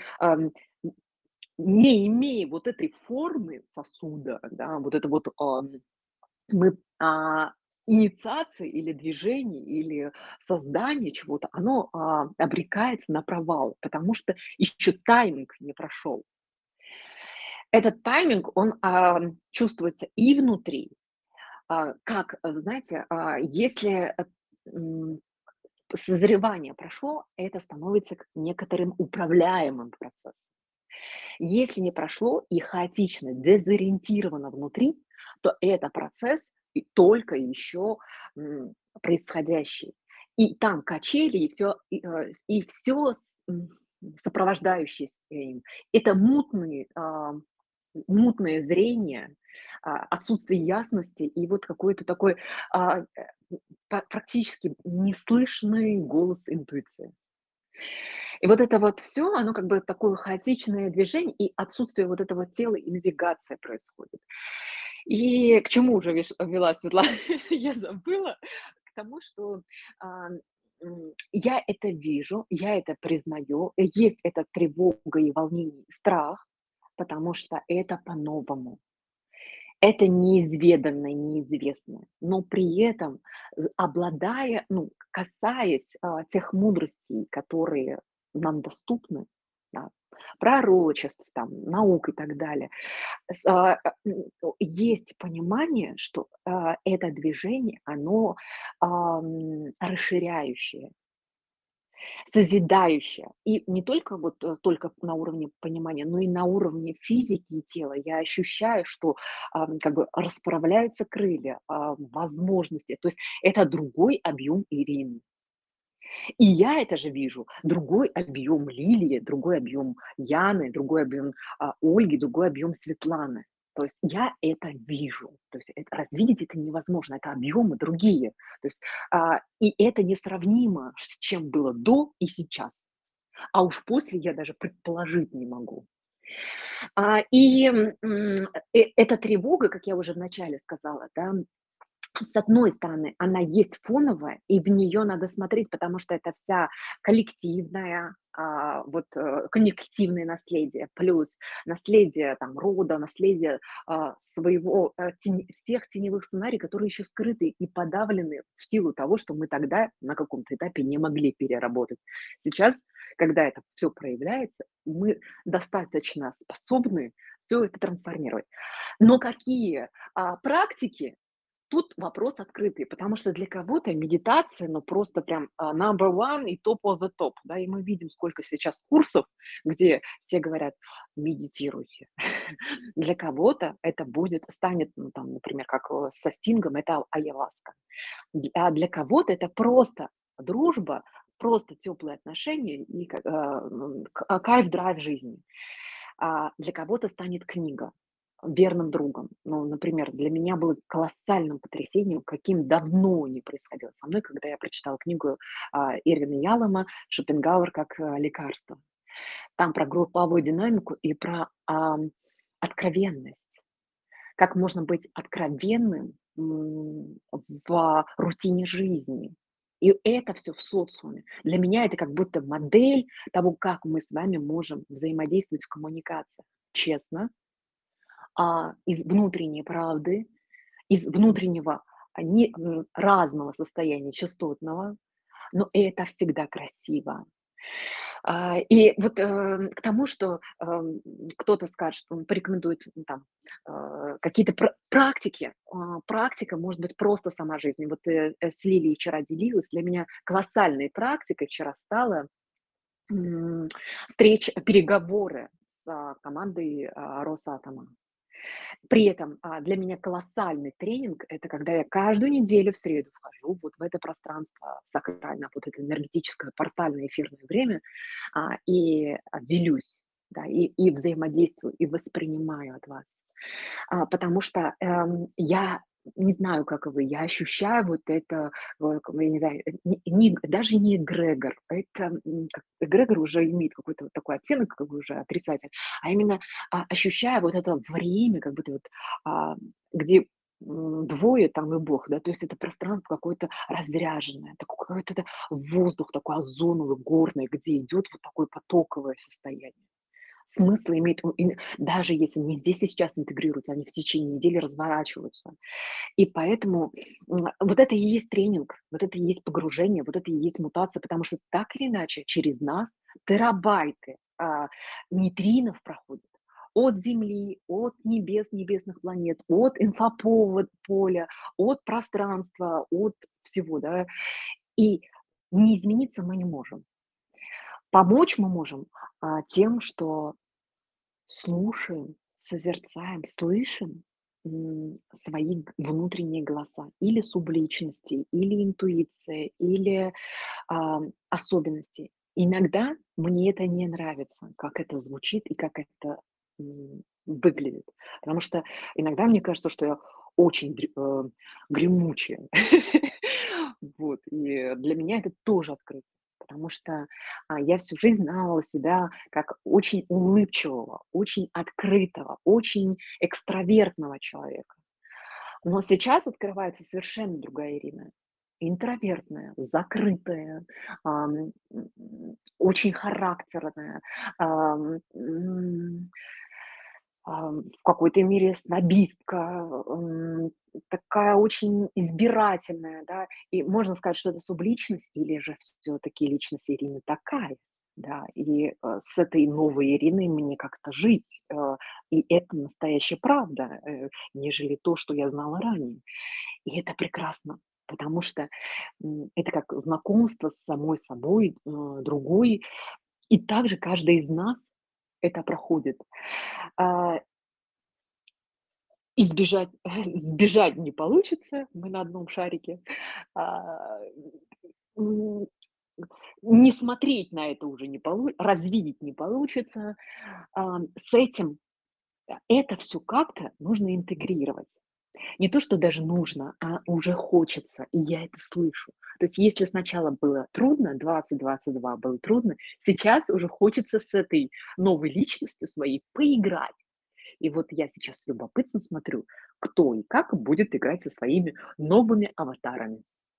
не имея вот этой формы сосуда, да, вот это вот мы, инициация или движение, или создание чего-то, оно, обрекается на провал, потому что еще тайминг не прошел. Этот тайминг, он, чувствуется и внутри, как, знаете, если, м, созревание прошло, это становится к некоторым управляемым процессом. Если не прошло и хаотично, дезориентировано внутри, то это процесс и только еще происходящий. И там качели, и все сопровождающее с им. Это мутное зрение, отсутствие ясности и вот какой-то такой а, э, практически неслышный голос интуиции. И вот это вот все, оно как бы такое хаотичное движение и отсутствие вот этого тела, и навигация происходит. И к чему уже вела Светлана? Я забыла. К тому, что, а, я это вижу, я это признаю. Есть эта тревога и волнение, и страх, потому что это по-новому. Это неизведанное, неизвестное. Но при этом, обладая, ну, касаясь, тех мудростей, которые нам доступны, да, пророчеств, там, наук и так далее, есть понимание, что, это движение, оно, расширяющее. Созидающее. И не только вот, только на уровне понимания, но и на уровне физики и тела. Я ощущаю, что, как бы расправляются крылья, возможности. То есть это другой объем Ирины. И я это же вижу. Другой объем Лилии, другой объем Яны, другой объем, Ольги, другой объем Светланы. То есть я это вижу. То есть видеть это невозможно. Это объемы другие. То есть, и это несравнимо с чем было до и сейчас. А уж после я даже предположить не могу. Эта тревога, как я уже вначале сказала, да, с одной стороны, она есть фоновая, и в нее надо смотреть, потому что это вся коллективная, коллективное наследие, плюс наследие там рода, наследие, своего, всех теневых сценариев, которые еще скрыты и подавлены в силу того, что мы тогда на каком-то этапе не могли переработать. Сейчас, когда это все проявляется, мы достаточно способны все это трансформировать. Но какие, практики, тут вопрос открытый, потому что для кого-то медитация, ну, просто прям, number one и top of the top, да. И мы видим, сколько сейчас курсов, где все говорят: "Медитируйте". Для кого-то это станет, ну, там, например, как, со стингом, это айаваска. Для кого-то это просто дружба, просто теплые отношения и кайф, драйв жизни. Для кого-то станет книга верным другом. Ну, например, для меня было колоссальным потрясением, каким давно не происходило со мной, когда я прочитала книгу, Ирвина Ялома "Шопенгауэр как, лекарство". Там про групповую динамику и про, откровенность. Как можно быть откровенным, в рутине жизни. И это все в социуме. Для меня это как будто модель того, как мы с вами можем взаимодействовать в коммуникациях. Честно, из внутренней правды, из внутреннего, разного состояния частотного, но это всегда красиво. И вот, к тому, что, кто-то скажет, что он порекомендует, там, какие-то практики. Практика может быть просто сама жизнь. Вот, с Лилией вчера делилась. Для меня колоссальной практикой вчера стала, переговоры с, командой, Росатома. При этом, для меня колоссальный тренинг — это когда я каждую неделю в среду вхожу вот в это пространство сакральное, вот это энергетическое портальное эфирное время, и, делюсь, да, и взаимодействую, и воспринимаю от вас. Потому что, я не знаю, как вы, я ощущаю вот это, я не знаю, даже не эгрегор, это, как эгрегор уже имеет какой-то вот такой оттенок, как бы уже отрицательный, а именно, ощущаю вот это время, как будто вот, а, где, двое там и Бог, да, то есть это пространство какое-то разряженное, такой какой-то воздух такой озоновый, горный, где идет вот такое потоковое состояние. Смысл имеет, даже если не здесь и сейчас интегрируются, они в течение недели разворачиваются. И поэтому, вот это и есть тренинг, вот это и есть погружение, вот это и есть мутация, потому что так или иначе через нас терабайты, нейтринов проходят от Земли, от небес, небесных планет, от инфоповод поля, от пространства, от всего, да. И не измениться мы не можем. Помочь мы можем, тем, что слушаем, созерцаем, слышим, свои внутренние голоса или субличности, или интуиции, или, особенности. Иногда мне это не нравится, как это звучит и как это, выглядит. Потому что иногда мне кажется, что я очень гремучая. Вот, и для меня это тоже открытие, потому что, я всю жизнь знала себя как очень улыбчивого, очень открытого, очень экстравертного человека. Но сейчас открывается совершенно другая Ирина. Интровертная, закрытая, очень характерная, в какой-то мере снобистка, такая очень избирательная, да. И можно сказать, что это субличность или же все таки личность Ирины такая, да. И, с этой новой Ириной мне как-то жить, и это настоящая правда, нежели то, что я знала ранее. И это прекрасно, потому что, это как знакомство с самой собой, другой. И также каждый из нас это проходит. А, избежать сбежать не получится, мы на одном шарике. А, м, не смотреть на это уже не развидеть не получится. С этим, это все как-то нужно интегрировать. Не то, что даже нужно, а уже хочется, и я это слышу. То есть если сначала было трудно, 2022 было трудно, сейчас уже хочется с этой новой личностью своей поиграть. И вот я сейчас с любопытством смотрю, кто и как будет играть со своими новыми аватарами.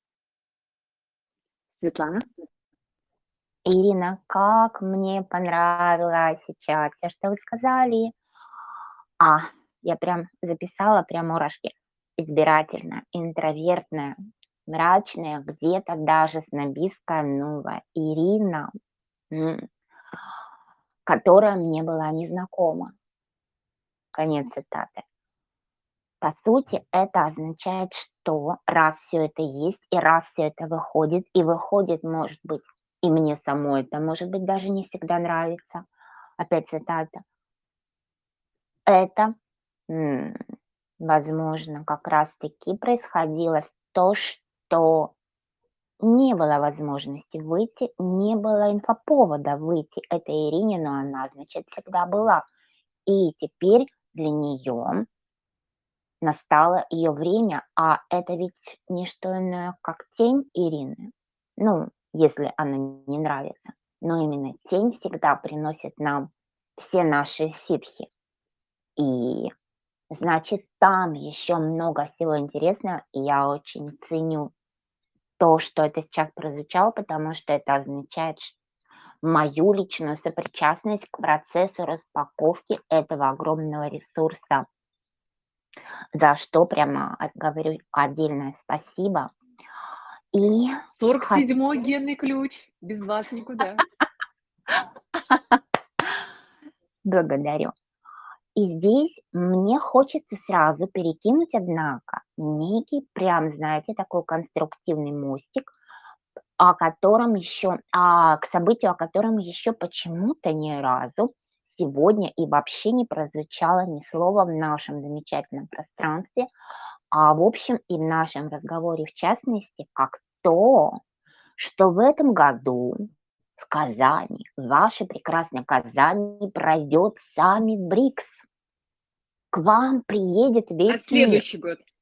Светлана? Ирина, как мне понравилось сейчас всё, что вы сказали. А, я прям записала, прям мурашки. Избирательная, интровертная, мрачная, где-то даже снобистская новая Ирина, м, которая мне была незнакома. Конец цитаты. По сути, это означает, что раз все это есть, и раз все это выходит, и выходит, может быть, и мне самой это, может быть, даже не всегда нравится. Опять цитата. Это, м, возможно, как раз-таки происходило то, что не было возможности выйти, не было инфоповода выйти этой Ирине, но она, значит, всегда была. И теперь для нее настало ее время, а это ведь не что иное, как тень Ирины. Ну, если она не нравится. Но именно тень всегда приносит нам все наши ситхи. И значит, там еще много всего интересного, и я очень ценю то, что это сейчас прозвучало, потому что это означает мою личную сопричастность к процессу распаковки этого огромного ресурса, за что прямо говорю отдельное спасибо. И Сорок хот седьмой генный ключ. Без вас никуда. благодарю. И здесь мне хочется сразу перекинуть, однако, некий прям, знаете, такой конструктивный мостик, о котором еще, к событию, о котором еще почему-то ни разу сегодня и вообще не прозвучало ни слова в нашем замечательном пространстве, а в общем и в нашем разговоре в частности, как то, что в этом году в Казани, в вашей прекрасной Казани, пройдет саммит БРИКС. К вам приедет На весь мир. следующий год.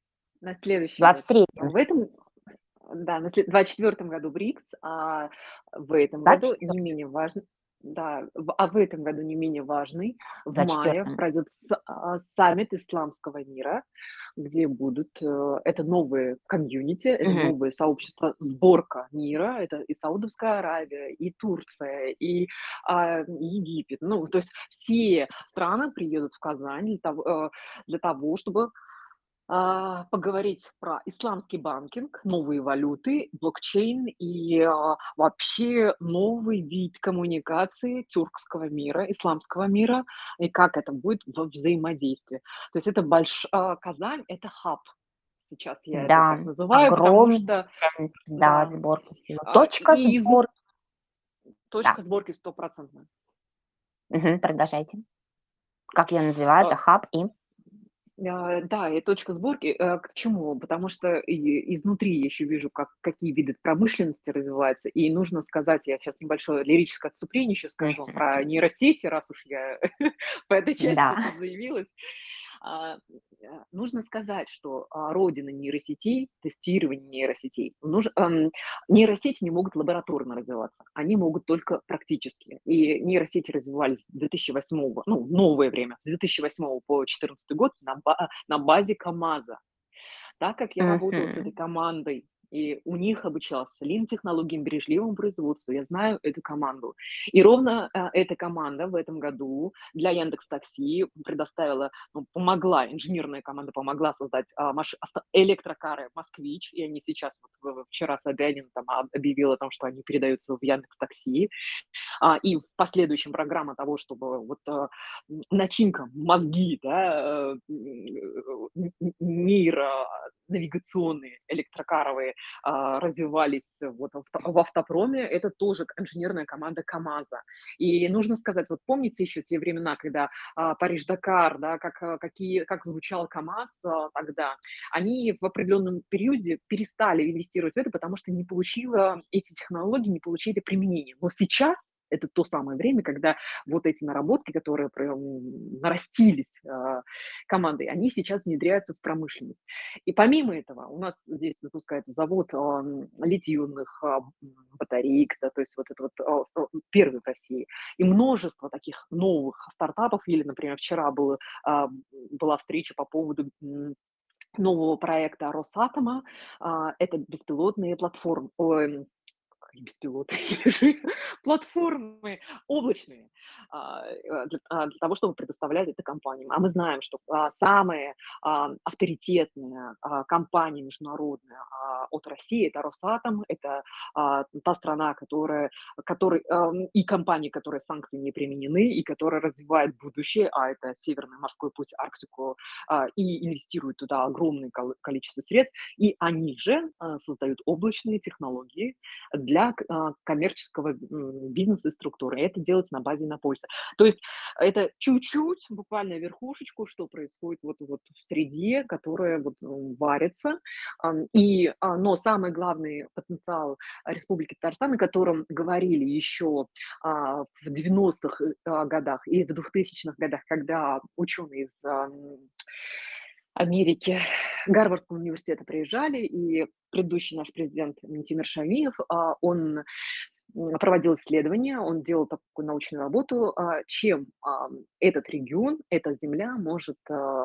на следующий год. Двадцать третьем В этом, да, на 24 году БРИКС, а в этом году не 24-м, менее важный, да, в этом году не менее важный, в мае 24-м. пройдет саммит исламского мира, где будут, это новые комьюнити, это Мгм. новое сообщество, сборка мира, это и Саудовская Аравия, и Турция, и Египет. Ну, то есть все страны приедут в Казань для того, чтобы поговорить про исламский банкинг, новые валюты, блокчейн и, вообще новый вид коммуникации тюркского мира, исламского мира, и как это будет во взаимодействии. То есть это Казань — это хаб. Сейчас я это так Да, называю, потому огромный что, центр, да, да, сборки всего. Точка и сборки. Да, точка сборки стопроцентная. мгм, продолжайте. Как я называю, это хаб и Да, и точка сборки, к чему? Потому что изнутри я еще вижу, какие виды промышленности развиваются. И нужно сказать, я сейчас небольшое лирическое отступление еще скажу мгм, про нейросети, раз уж я по этой части да. тут заявилась. А, Нужно сказать, что родина нейросетей, тестирование нейросетей, нейросети не могут лабораторно развиваться, они могут только практически. И нейросети развивались с 2008, ну, в новое время, с 2008 по 2014 год на базе КАМАЗа. Так как я работала с этой Мгм, командой, и у них обучался лин-технологиям, бережливому производству, я знаю эту команду. И ровно эта команда в этом году для Яндекс Такси предоставила, ну, помогла, инженерная команда помогла создать электрокары «Москвич», и они сейчас, вот вчера Собянин там объявил о том, что они передаются в Яндекс Такси. И в последующем программа того, чтобы вот, начинка, мозги, да, нейронавигационные, электрокаровые, развивались вот в автопроме. Это тоже инженерная команда КАМАЗа. И нужно сказать, вот помните еще те времена, когда Париж-Дакар, да, как звучал КАМАЗ тогда, они в определенном периоде перестали инвестировать в это, потому что не получила эти технологии, не получили применения. Но сейчас это то самое время, когда вот эти наработки, которые нарастились командой, они сейчас внедряются в промышленность. И помимо этого у нас здесь запускается завод литий-ионных батареек, да, то есть вот это вот первый в России. И множество таких новых стартапов. Или, например, вчера была встреча по поводу нового проекта Росатома. Это беспилотные платформы, какие беспилотные, платформы облачные, для того, чтобы предоставлять это компаниям. А мы знаем, что самые авторитетные компании международные от России — это Росатом, это та страна, и компании, которые санкции не применены, и которая развивает будущее, а это Северный морской путь, Арктику, и инвестирует туда огромное количество средств, и они же создают облачные технологии для коммерческого бизнеса и структуры. И это делается на базе Иннополиса. То есть это чуть-чуть, буквально верхушечку, что происходит вот в среде, которая вот варится. Но самый главный потенциал Республики Татарстан, о котором говорили еще в 90-х годах и в 2000-х годах, когда ученые из Америки, Гарвардского университета приезжали, и предыдущий наш президент Тимур Шаимиев, он проводил исследования, он делал такую научную работу, чем этот регион, эта земля может,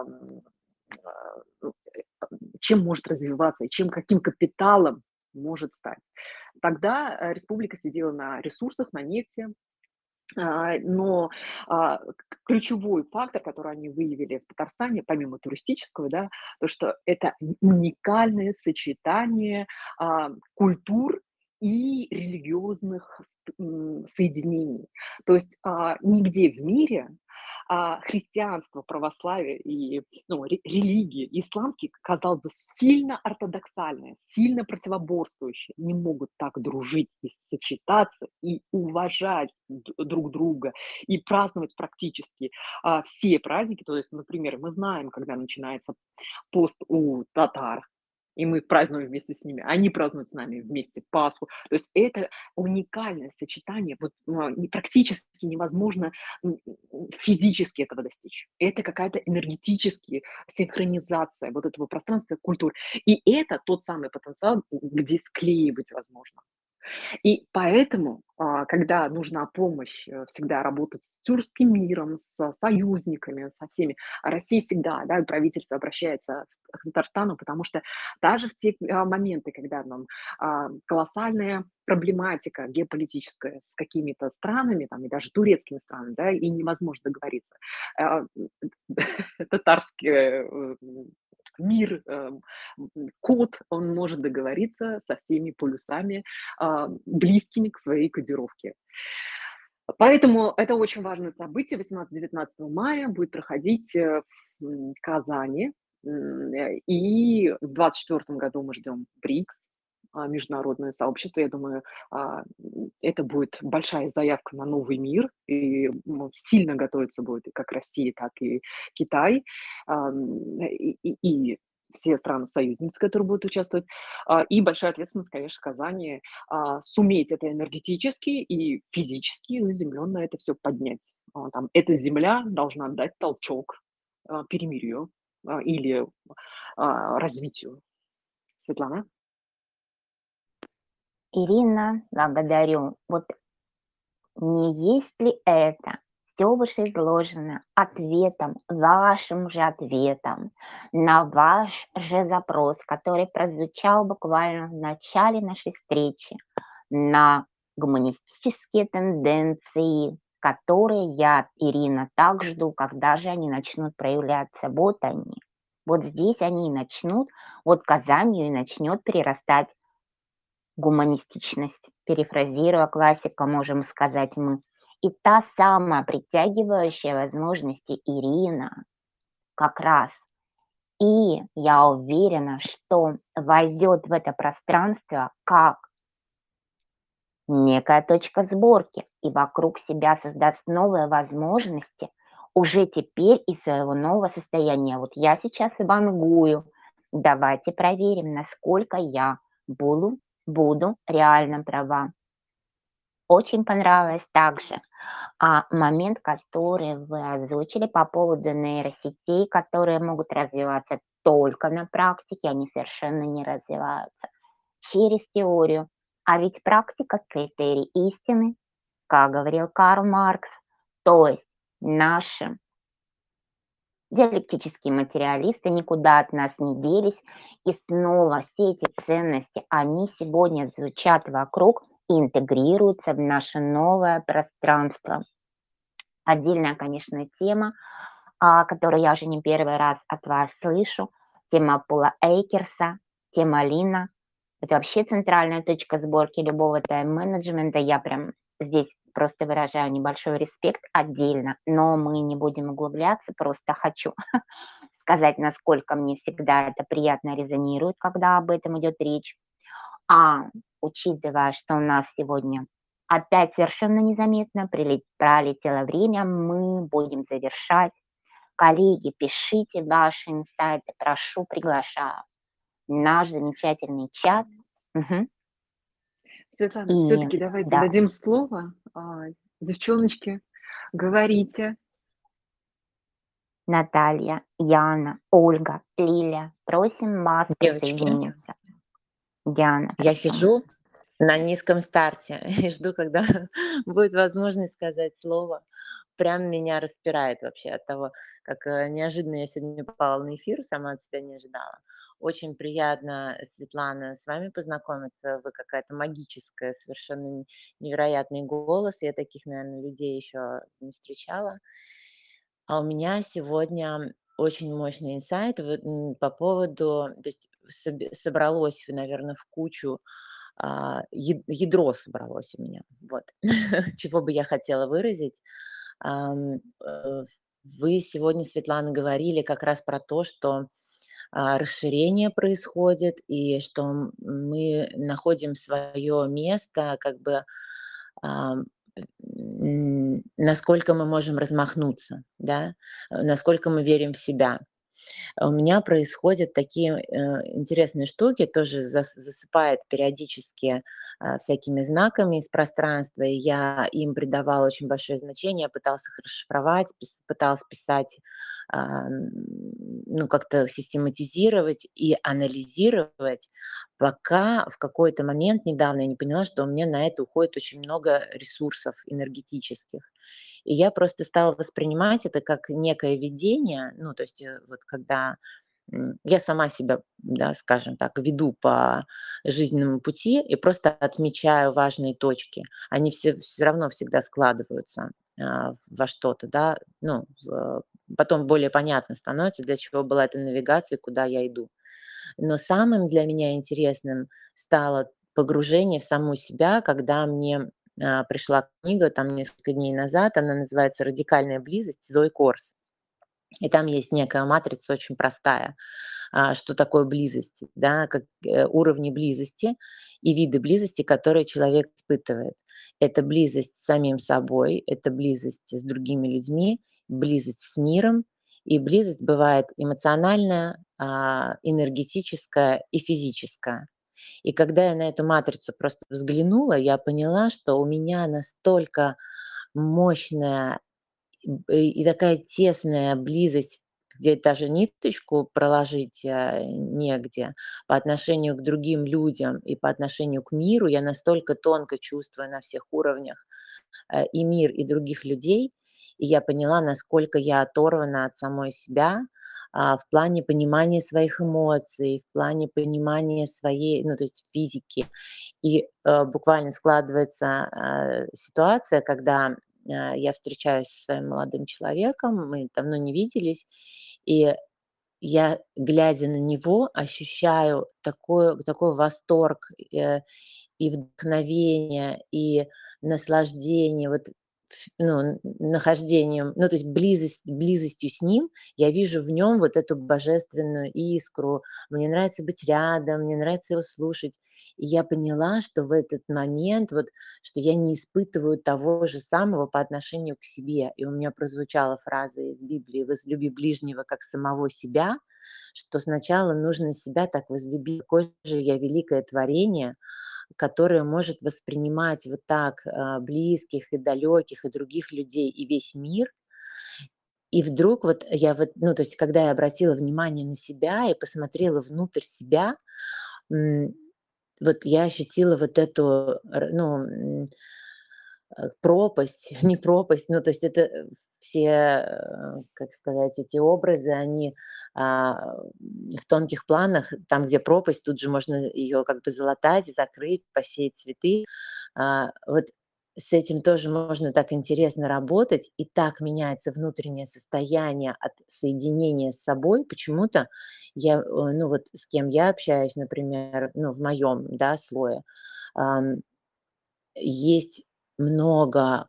ну, чем может развиваться, и каким капиталом может стать. Тогда республика сидела на ресурсах, на нефти, но ключевой фактор, который они выявили в Татарстане, помимо туристического, да, то, что это уникальное сочетание культур и религиозных соединений. То есть нигде в мире христианство, православие и, ну, религии исламские, казалось бы, сильно ортодоксальные, сильно противоборствующие, не могут так дружить и сочетаться, и уважать друг друга, и праздновать практически все праздники. То есть, например, мы знаем, когда начинается пост у татар, и мы празднуем вместе с ними, они празднуют с нами вместе Пасху. То есть это уникальное сочетание, вот, практически невозможно физически этого достичь. Это какая-то энергетическая синхронизация вот этого пространства культур. И это тот самый потенциал, где склеивать возможно. И поэтому, когда нужна помощь, всегда работать с тюркским миром, с союзниками, со всеми, Россия всегда, да, правительство обращается к Татарстану, потому что даже в те моменты, когда нам колоссальная проблематика геополитическая с какими-то странами, там, и даже турецкими странами, да, и невозможно договориться, а, татарский мир, код, он может договориться со всеми полюсами, близкими к своей кодировке. Поэтому это очень важное событие. 18-19 мая будет проходить в Казани. И в 2024 году мы ждем БРИКС, международное сообщество. Я думаю, это будет большая заявка на новый мир. И сильно готовиться будет и как Россия, так и Китай. И все страны-союзницы, которые будут участвовать. И большая ответственность, конечно, Казани суметь это энергетически и физически заземленно это все поднять. Там эта земля должна дать толчок, перемирию, или, развитию. Светлана? Ирина, благодарю. Вот не есть ли это все вышеизложено ответом, вашим же ответом на ваш же запрос, который прозвучал буквально в начале нашей встречи, на гуманистические тенденции, которые я, Ирина, так жду, когда же они начнут проявляться. Вот они. Вот здесь они и начнут, вот Казанью и начнет перерастать гуманистичность, перефразируя классика, можем сказать мы. И та самая притягивающая возможности Ирина как раз. И я уверена, что войдет в это пространство как некая точка сборки и вокруг себя создаст новые возможности уже теперь из своего нового состояния. Вот я сейчас вангую. Давайте проверим, насколько я буду реально права. Очень понравилось также момент, который вы озвучили по поводу нейросетей, которые могут развиваться только на практике, они совершенно не развиваются через теорию. А ведь практика — критерий истины, как говорил Карл Маркс. То есть наши диалектические материалисты никуда от нас не делись, и снова все эти ценности, они сегодня звучат вокруг и интегрируются в наше новое пространство. Отдельная, конечно, тема, которую я уже не первый раз от вас слышу, тема Пола Эйкерса, тема Лина. Это вообще центральная точка сборки любого тайм-менеджмента. Я прям здесь просто выражаю небольшой респект отдельно, но мы не будем углубляться, просто хочу сказать, насколько мне всегда это приятно резонирует, когда об этом идет речь. А учитывая, что у нас сегодня опять совершенно незаметно пролетело время, мы будем завершать. Коллеги, пишите ваши инсайты, прошу, приглашаю. Наш замечательный чат. Мгм. Светлана, все И таки давайте да, дадим слово. Девчоночки, говорите. Наталья, Яна, Ольга, Лиля, просим вас Девочки, присоединиться. Диана, я прошу. сижу на низком старте и жду, когда будет возможность сказать слово. Прям меня распирает вообще от того, как неожиданно я сегодня попала на эфир, сама от себя не ожидала. Очень приятно, Светлана, с вами познакомиться. Вы какая-то магическая, совершенно невероятный голос. Я таких, наверное, людей еще не встречала. А у меня сегодня очень мощный инсайт по поводу, то есть собралось, наверное, в кучу, ядро собралось у меня, вот, чего бы я хотела выразить. Ам, Вы сегодня, Светлана, говорили как раз про то, что расширение происходит и что мы находим свое место, как бы ам, насколько мы можем размахнуться, да, насколько мы верим в себя. у меня происходят такие интересные штуки, тоже засыпает периодически всякими знаками из пространства, и я им придавала очень большое значение, я пыталась их расшифровать, пыталась писать, ну, как-то систематизировать и анализировать, пока в какой-то момент недавно я не поняла, что у меня на это уходит очень много ресурсов энергетических. И я просто стала воспринимать это как некое видение, ну, то есть вот когда я сама себя, да, скажем так, веду по жизненному пути и просто отмечаю важные точки. Они все равно всегда складываются во что-то, да, ну, потом более понятно становится, для чего была эта навигация, куда я иду. Но самым для меня интересным стало погружение в саму себя, когда мне пришла книга там несколько дней назад, она называется «Радикальная близость» Зои Корс. И там есть некая матрица очень простая, что такое близость, да, как уровни близости и виды близости, которые человек испытывает. Это близость с самим собой, это близость с другими людьми, близость с миром, и близость бывает эмоциональная, энергетическая и физическая. И когда я на эту матрицу просто взглянула, я поняла, что у меня настолько мощная и такая тесная близость, где даже ниточку проложить, негде по отношению к другим людям и по отношению к миру. Я настолько тонко чувствую на всех уровнях, и мир, и других людей. И я поняла, насколько я оторвана от самой себя, в плане понимания своих эмоций, в плане понимания своей, ну, то есть физики. И, буквально складывается, ситуация, когда, я встречаюсь со своим молодым человеком, мы давно не виделись, и я, глядя на него, ощущаю такой восторг, и вдохновение, и наслаждение, вот, ну, нахождением, ну, то есть близостью с ним, я вижу в нем вот эту божественную искру. Мне нравится быть рядом, мне нравится его слушать. И я поняла, что в этот момент, вот, что я не испытываю того же самого по отношению к себе. И у меня прозвучала фраза из Библии: «Возлюби ближнего, как самого себя», что сначала нужно себя так возлюбить, какое же я великое творение, которое может воспринимать вот так близких и далеких, и других людей, и весь мир. И вдруг вот я вот, ну, то есть, когда я обратила внимание на себя и посмотрела внутрь себя, м, вот я ощутила вот эту, пропасть, не пропасть, ну, то есть это все, как сказать, эти образы, они в тонких планах, там, где пропасть, тут же можно ее как бы залатать, закрыть, посеять цветы. Вот с этим тоже можно так интересно работать, и так меняется внутреннее состояние от соединения с собой. Почему-то я, ну вот с кем я общаюсь, например, ну в моем, да, слое, есть много,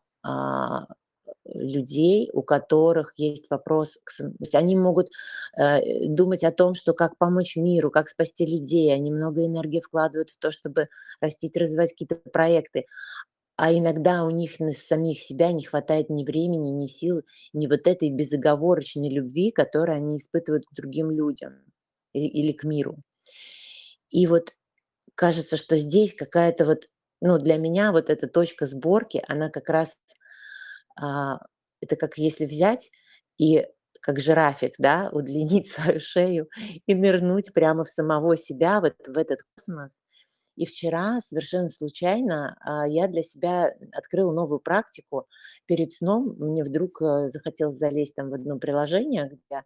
людей, у которых есть вопрос то есть они могут, думать о том, что как помочь миру, как спасти людей. Они много энергии вкладывают в то, чтобы растить, развивать какие-то проекты. А иногда у них на самих себя не хватает ни времени, ни сил, ни вот этой безоговорочной любви, которую они испытывают к другим людям или к миру. И вот кажется, что здесь какая-то вот, ну, для меня вот эта точка сборки, она как раз, а, это как если взять и как жирафик, да, удлинить свою шею и нырнуть прямо в самого себя, вот в этот космос. И вчера совершенно случайно я для себя открыла новую практику. Перед сном мне вдруг захотелось залезть там в одно приложение, где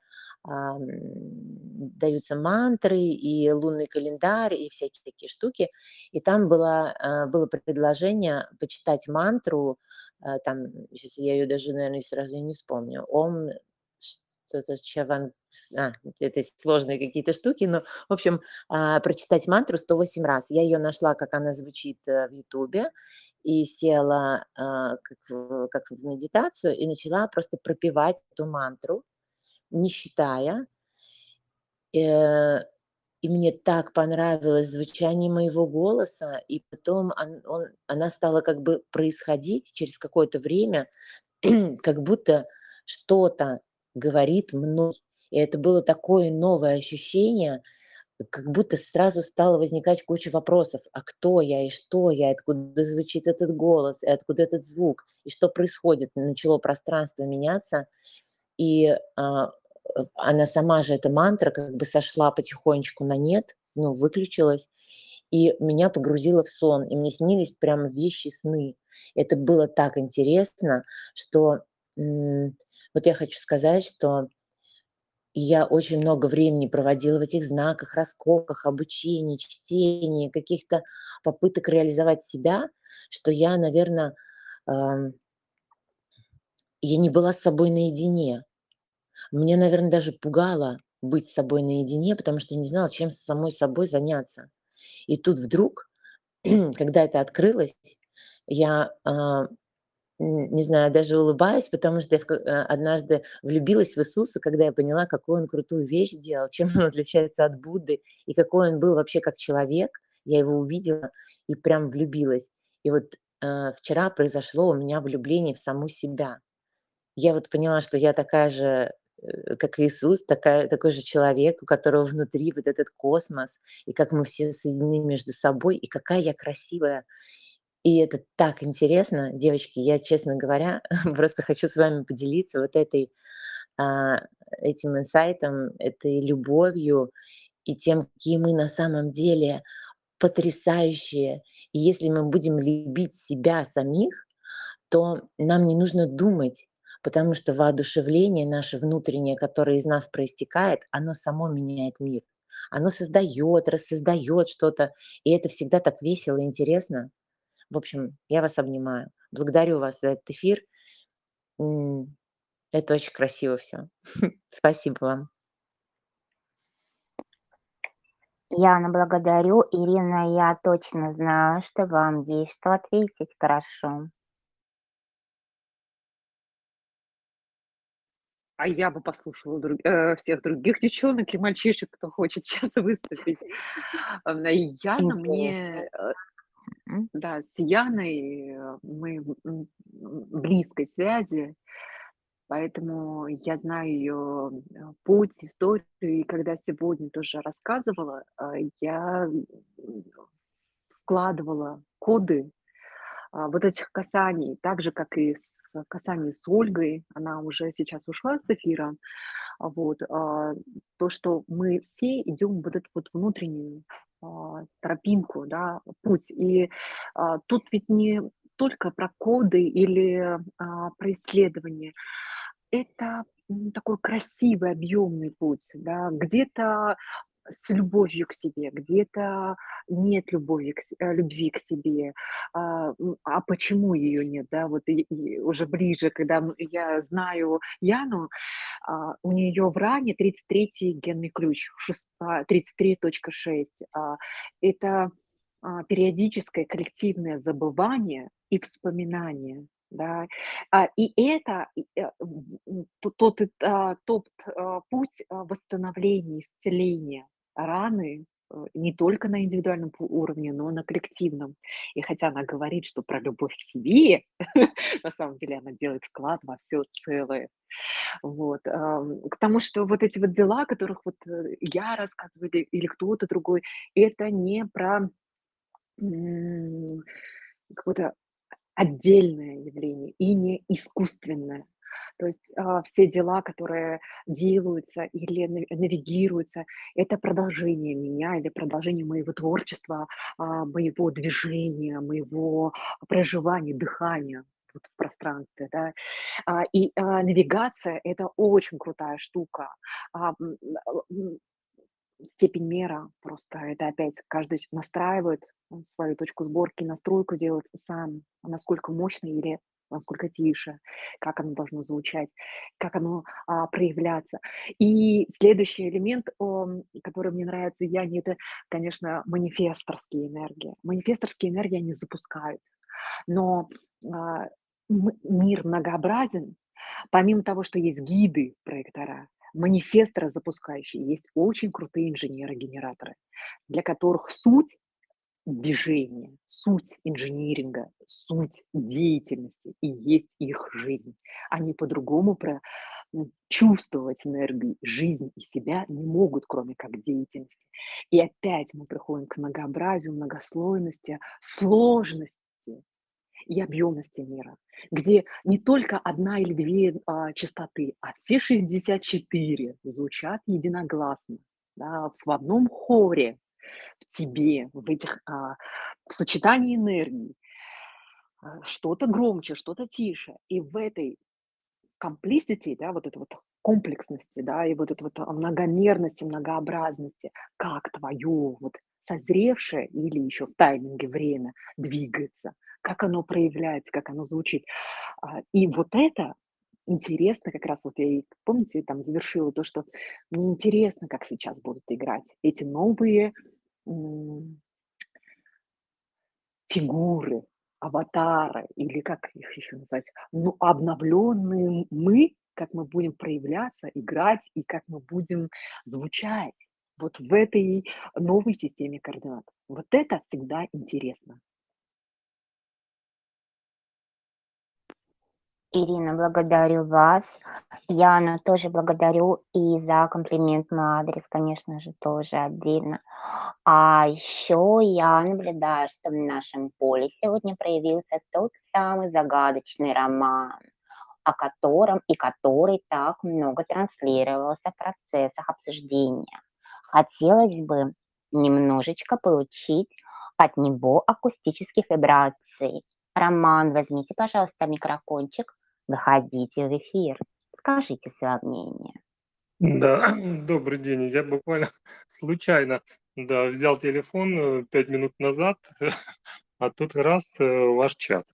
даются мантры и лунный календарь и всякие такие штуки. И там было предложение почитать мантру, там, сейчас я ее даже, наверное, сразу и не вспомню. Ом что-то Чаван, это сложные какие-то штуки, но, в общем, прочитать мантру 108 раз. Я ее нашла, как она звучит в Ютубе, и села как в медитацию и начала просто пропевать эту мантру, не считая. Э, и мне так понравилось звучание моего голоса, и потом она стала как бы происходить через какое-то время, как будто что-то говорит мной. И это было такое новое ощущение, как будто сразу стало возникать куча вопросов: а кто я и что я, и откуда звучит этот голос, и откуда этот звук, и что происходит. Начало пространство меняться, и она сама же, эта мантра, как бы сошла потихонечку на нет, ну, выключилась, и меня погрузило в сон, и мне снились прямо вещи сны. Это было так интересно, что вот я хочу сказать, что я очень много времени проводила в этих знаках, раскопках, обучении, чтении, каких-то попыток реализовать себя, что я, наверное, я не была с собой наедине. Меня, наверное, даже пугало быть с собой наедине, потому что я не знала, чем с самой собой заняться. И тут вдруг, когда это открылось, я, не знаю, даже улыбаюсь, потому что я однажды влюбилась в Иисуса, когда я поняла, какую он крутую вещь сделал, чем он отличается от Будды, и какой он был вообще как человек. Я его увидела и прям влюбилась. И вот вчера произошло у меня влюбление в саму себя. Я вот поняла, что я такая же, как Иисус, такой же человек, у которого внутри вот этот космос, и как мы все соединены между собой, и какая я красивая. И это так интересно, девочки. Я, честно говоря, просто хочу с вами поделиться вот а, этим инсайтом, этой любовью и тем, какие мы на самом деле потрясающие. И если мы будем любить себя самих, то нам не нужно думать, потому что воодушевление наше внутреннее, которое из нас проистекает, оно само меняет мир. Оно создает, рассоздает что-то, и это всегда так весело и интересно. В общем, я вас обнимаю. Благодарю вас за этот эфир. М, Это очень красиво все. Спасибо вам. Яна, благодарю. Ирина, я точно знаю, что вам есть что ответить. Хорошо. А я бы послушала всех других девчонок и мальчишек, кто хочет сейчас выступить. И Яна Интересно. мне, М. да, с Яной мы в близкой связи, поэтому я знаю ее путь, историю. И когда сегодня тоже рассказывала, я вкладывала коды вот этих касаний, так же, как и касаний с Ольгой, она уже сейчас ушла с эфира, вот, то, что мы все идем вот эту вот внутреннюю тропинку, да, путь. И тут ведь не только про коды или про исследования. Это такой красивый, объемный путь, да, где-то с любовью к себе, где-то нет любви к себе. А почему ее нет, да? Вот и уже ближе, когда я знаю Яну, у нее в ране 33-й генный ключ, 33.6. Это периодическое коллективное забывание и вспоминание. Да, и это тот путь восстановления, исцеления раны не только на индивидуальном уровне, но и на коллективном. И хотя она говорит, что про любовь к себе, на самом деле она делает вклад во все целое. Вот, к тому, что вот эти вот дела, о которых вот я рассказываю или кто-то другой, это не про м, какое-то отдельное явление и не искусственное. То есть все дела, которые делаются или навигируются, это продолжение меня или продолжение моего творчества, моего движения, моего проживания, дыхания вот в пространстве, да. Навигация — это очень крутая штука. А, м, м, Степень мера просто это опять каждый настраивает свою точку сборки, настройку делает сам, насколько мощно или насколько тише, как оно должно звучать, как оно проявляться. И следующий элемент, который мне нравится в Яне, это, конечно, манифесторские энергии. Манифесторские энергии они запускают, но а, мир многообразен. Помимо того, что есть гиды, проектора, манифесторы запускающие, есть очень крутые инженеры-генераторы, для которых суть движения, суть инжиниринга, суть деятельности и есть их жизнь. Они по-другому чувствовать энергию, жизнь и себя не могут, кроме как деятельности. И опять мы приходим к многообразию, многослойности, сложности и объемности мира, где не только одна или две частоты, а все 64 звучат единогласно, да, в одном хоре, в тебе, в этих в сочетании энергии. Что-то громче, что-то тише. И в этой complicity, да, вот этой вот комплексности, да, и вот этой вот многомерности, многообразности, как твое вот созревшее или еще в тайминге время двигается, как оно проявляется, как оно звучит. И вот это интересно, как раз вот я и, помните, там завершила то, что мне интересно, как сейчас будут играть эти новые м, фигуры, аватары или как их еще назвать, ну, обновленные мы, как мы будем проявляться, играть и как мы будем звучать вот в этой новой системе координат. Вот это всегда интересно. Ирина, благодарю вас. Яна, тоже благодарю и за комплимент на адрес, конечно же, тоже отдельно. А еще я наблюдаю, что в нашем поле сегодня проявился тот самый загадочный роман, о котором и который так много транслировался в процессах обсуждения. Хотелось бы немножечко получить от него акустических вибраций. Роман, возьмите, пожалуйста, микрофончик, выходите в эфир, скажите свое мнение. Да, добрый день. Я буквально случайно, да, взял телефон 5 минут назад, а тут раз ваш чат.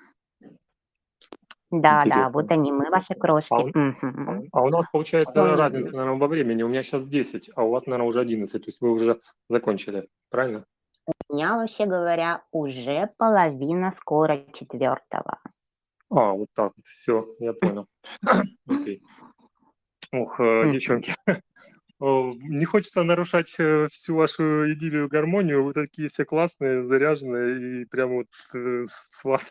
Да, Интересно. вот они мы, ваши А крошки. у, Мгм. а у нас получается Всё разница, видно. наверное, во времени. У меня сейчас 10, а у вас, наверное, уже 11. То есть вы уже закончили, правильно? У меня, вообще говоря, уже половина, скоро четвертого. Вот так. Все, я понял. Окей. Ох, девчонки, не хочется нарушать всю вашу идиллию, гармонию. Вы такие все классные, заряженные, и прям вот с вас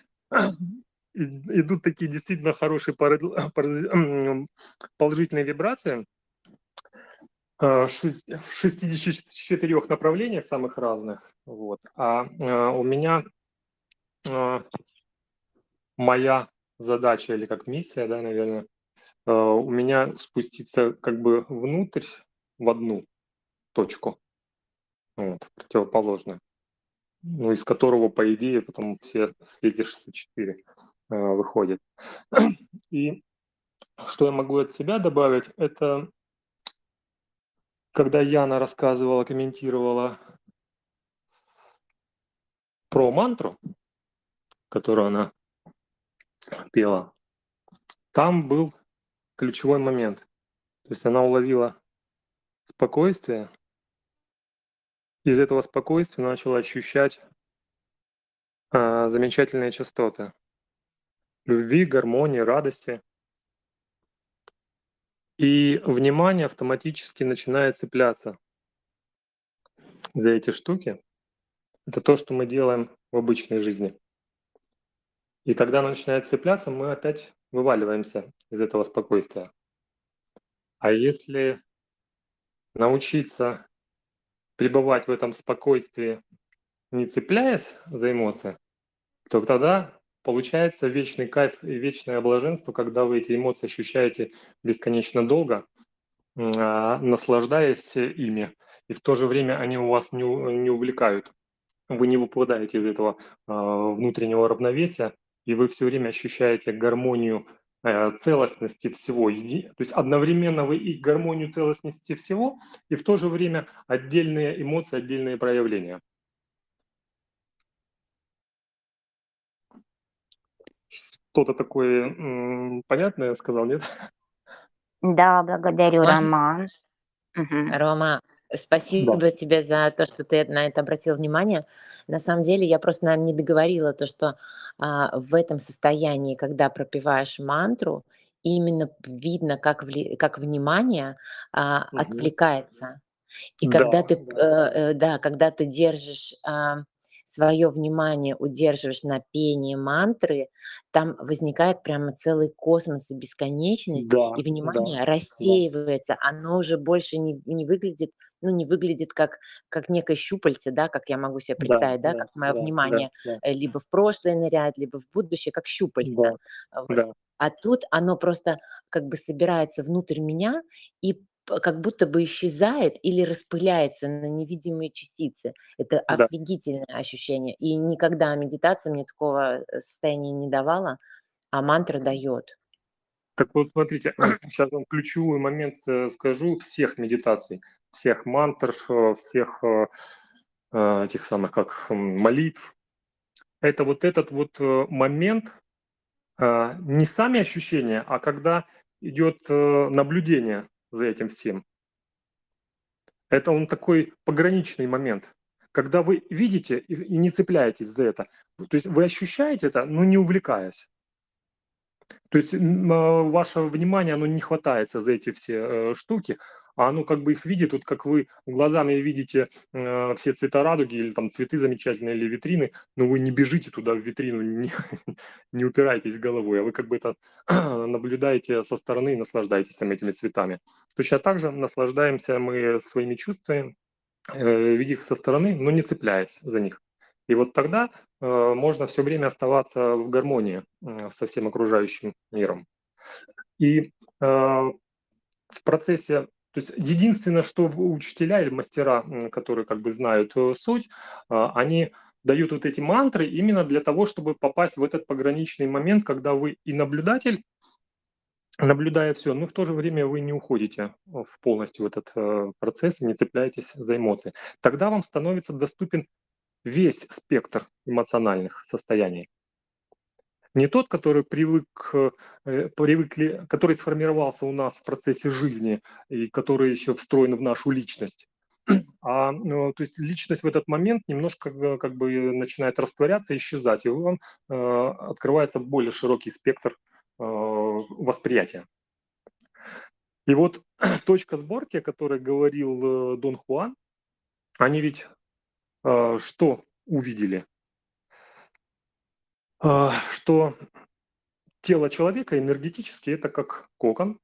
идут такие действительно хорошие положительные вибрации в 64 направлениях самых разных. Вот. У меня моя задача или как миссия, да, наверное, у меня спуститься как бы внутрь в одну точку, вот, противоположную, ну, из которого, по идее, потом все эти 64 выходят. И что я могу от себя добавить, это когда Яна рассказывала, комментировала про мантру, которую она пела, там был ключевой момент. То есть она уловила спокойствие, из этого спокойствия начала ощущать замечательные частоты любви, гармонии, радости. И внимание автоматически начинает цепляться за эти штуки. Это то, что мы делаем в обычной жизни. И когда оно начинает цепляться, мы опять вываливаемся из этого спокойствия. А если научиться пребывать в этом спокойствии, не цепляясь за эмоции, то тогда получается вечный кайф и вечное блаженство, когда вы эти эмоции ощущаете бесконечно долго, наслаждаясь ими, и в то же время они у вас не увлекают. Вы не выпадаете из этого внутреннего равновесия, и вы все время ощущаете гармонию целостности всего. То есть одновременно вы и гармонию целостности всего, и в то же время отдельные эмоции, отдельные проявления. Что-то такое понятное сказал, нет? Да, благодарю, Можно? Роман. Мгм. Рома, Да. спасибо тебе за то, что ты на это обратил внимание. На самом деле, я просто, наверное, не договорила то, что в этом состоянии, когда пропеваешь мантру, именно видно, как внимание Мгм. отвлекается. И когда Да, ты, да, когда ты держишь, свое внимание удерживаешь на пении мантры, там возникает прямо целый космос и бесконечность, да, и да, внимание да, рассеивается. Оно уже больше не выглядит, ну, не выглядит как некое щупальце, да, как я могу себе да, представить, да, да, как мое да, да, внимание, да, либо в прошлое ныряет, либо в будущее, как щупальце. да, Вот. да, А тут оно просто как бы собирается внутрь меня и как будто бы исчезает или распыляется на невидимые частицы. Это да. офигительное ощущение. И никогда медитация мне такого состояния не давала, а мантра дает. Так вот, смотрите, сейчас вам ключевой момент скажу всех медитаций, всех мантр, всех этих самых, как молитв. Это вот этот вот момент, не сами ощущения, а когда идет наблюдение за этим всем. Это он такой пограничный момент, когда вы видите и не цепляетесь за это. То есть вы ощущаете это, но не увлекаясь. То есть ваше внимание, оно не хватается за эти все штуки, а оно как бы их видит, вот как вы глазами видите все цвета радуги или там цветы замечательные или витрины, но вы не бежите туда в витрину, не, не упираетесь головой, а вы как бы это наблюдаете со стороны и наслаждаетесь там этими цветами. Точно так же наслаждаемся мы своими чувствами, видя их со стороны, но не цепляясь за них. И вот тогда можно все время оставаться в гармонии со всем окружающим миром. И в процессе, то есть единственное, что учителя или мастера, которые как бы знают суть, они дают вот эти мантры именно для того, чтобы попасть в этот пограничный момент, когда вы и наблюдатель, наблюдая все, но в то же время вы не уходите в полностью в этот процесс и не цепляетесь за эмоции. Тогда вам становится доступен весь спектр эмоциональных состояний. Не тот, который привыкли, который сформировался у нас в процессе жизни и который еще встроен в нашу личность, то есть личность в этот момент немножко как бы начинает растворяться, исчезать, и вам открывается более широкий спектр восприятия. И вот точка сборки, о которой говорил Дон Хуан, они ведь что увидели? Что тело человека энергетически это как кокон,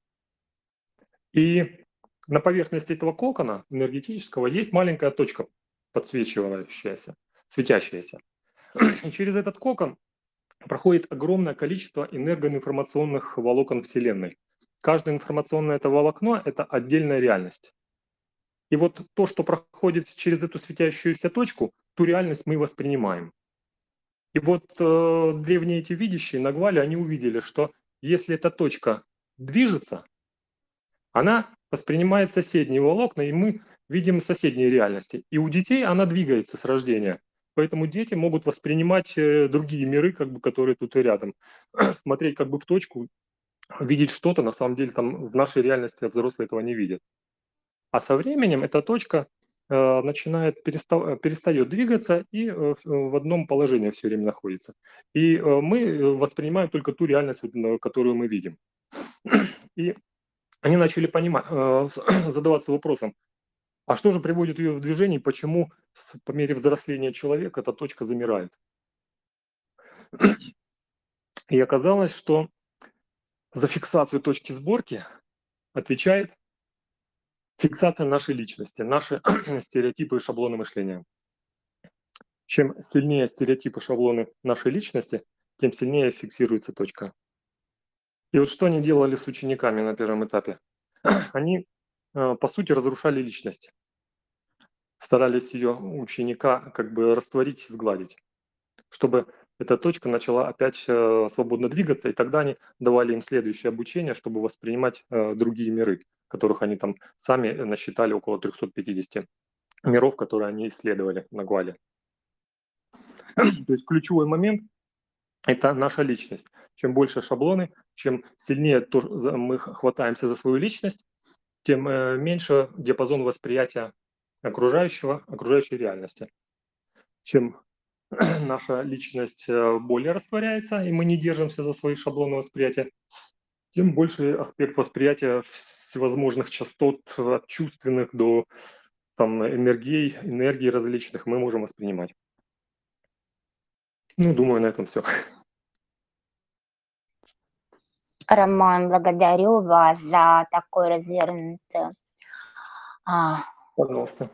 и на поверхности этого кокона энергетического есть маленькая точка подсвечивающаяся, светящаяся. И через этот кокон проходит огромное количество энергоинформационных волокон Вселенной. Каждое информационное это волокно – это отдельная реальность. И вот то, что проходит через эту светящуюся точку, ту реальность мы воспринимаем. И вот древние эти видящие на Гвале, они увидели, что если эта точка движется, она воспринимает соседние волокна, и мы видим соседние реальности. И у детей она двигается с рождения. Поэтому дети могут воспринимать другие миры, как бы, которые тут и рядом. Смотреть как бы в точку, видеть что-то, на самом деле там в нашей реальности взрослые этого не видят. А со временем эта точка перестает двигаться и в одном положении все время находится. И мы воспринимаем только ту реальность, которую мы видим. И они начали понимать, задаваться вопросом, а что же приводит ее в движение, почему по мере взросления человека эта точка замирает. И оказалось, что за фиксацию точки сборки отвечает фиксация нашей личности, наши стереотипы и шаблоны мышления. Чем сильнее стереотипы, шаблоны нашей личности, тем сильнее фиксируется точка. И вот что они делали с учениками на первом этапе? Они, по сути, разрушали личность. Старались ее ученика как бы растворить, сгладить, чтобы эта точка начала опять свободно двигаться, и тогда они давали им следующее обучение, чтобы воспринимать другие миры, которых они там сами насчитали около 350 миров, которые они исследовали на Гуале. То есть ключевой момент – это наша личность. Чем больше шаблоны, чем сильнее мы хватаемся за свою личность, тем меньше диапазон восприятия окружающей реальности. Чем наша личность более растворяется, и мы не держимся за свои шаблоны восприятия, тем больше аспект восприятия всевозможных частот, от чувственных до там энергий различных мы можем воспринимать. Ну, думаю, на этом все. Роман, благодарю вас за такой развернутый а, Пожалуйста.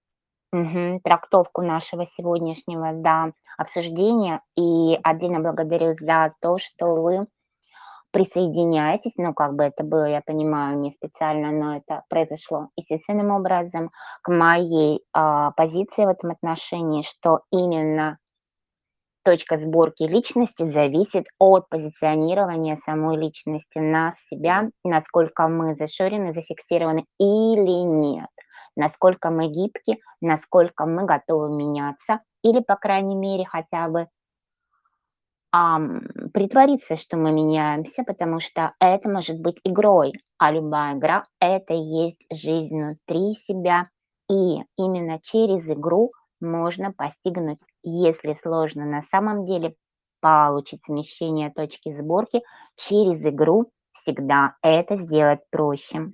трактовку нашего сегодняшнего, да, обсуждения. И отдельно благодарю за то, что вы присоединяетесь, ну, как бы это было, я понимаю, не специально, но это произошло естественным образом к моей позиции в этом отношении, что именно точка сборки личности зависит от позиционирования самой личности на себя, насколько мы зашорены, зафиксированы или нет, насколько мы гибки, насколько мы готовы меняться, или, по крайней мере, хотя бы притвориться, что мы меняемся, потому что это может быть игрой, а любая игра — это и есть жизнь внутри себя. И именно через игру можно постигнуть, если сложно на самом деле, получить смещение точки сборки, через игру всегда это сделать проще.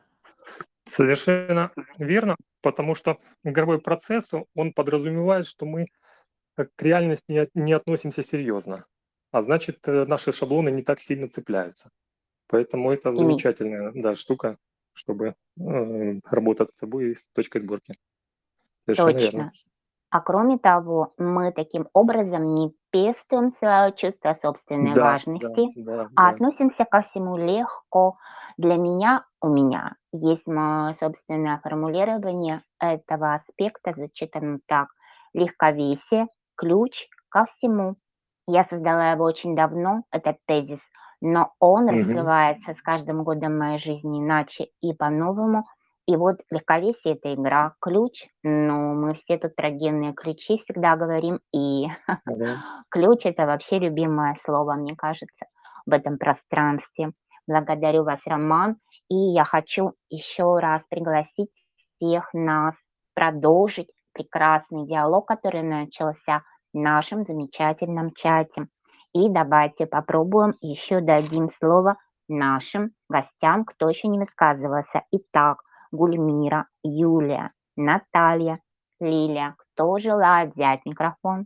Совершенно верно, потому что игровой процесс, он подразумевает, что мы к реальности не относимся серьезно, а значит, наши шаблоны не так сильно цепляются. Поэтому это Ими- замечательная, да, штука, чтобы работать с собой и с точкой сборки. Совершенно верно. Точно. А кроме того, мы таким образом не пестуем свое чувство собственной Да, да, важности, да, а да. относимся ко всему легко. Для меня, у меня есть мое собственное формулирование этого аспекта, зачитано так: легковесие — ключ ко всему. Я создала его очень давно, этот тезис, но он Мгм. раскрывается с каждым годом моей жизни иначе и по-новому. И вот легковесие — это игра, ключ. Ну, мы все тут про генные ключи всегда говорим, и Ага. ключ — это вообще любимое слово, мне кажется, в этом пространстве. Благодарю вас, Роман, и я хочу еще раз пригласить всех нас продолжить прекрасный диалог, который начался в нашем замечательном чате. И давайте попробуем еще дадим слово нашим гостям, кто еще не высказывался. Итак, Гульмира, Юлия, Наталья, Лилия. Кто желает взять микрофон?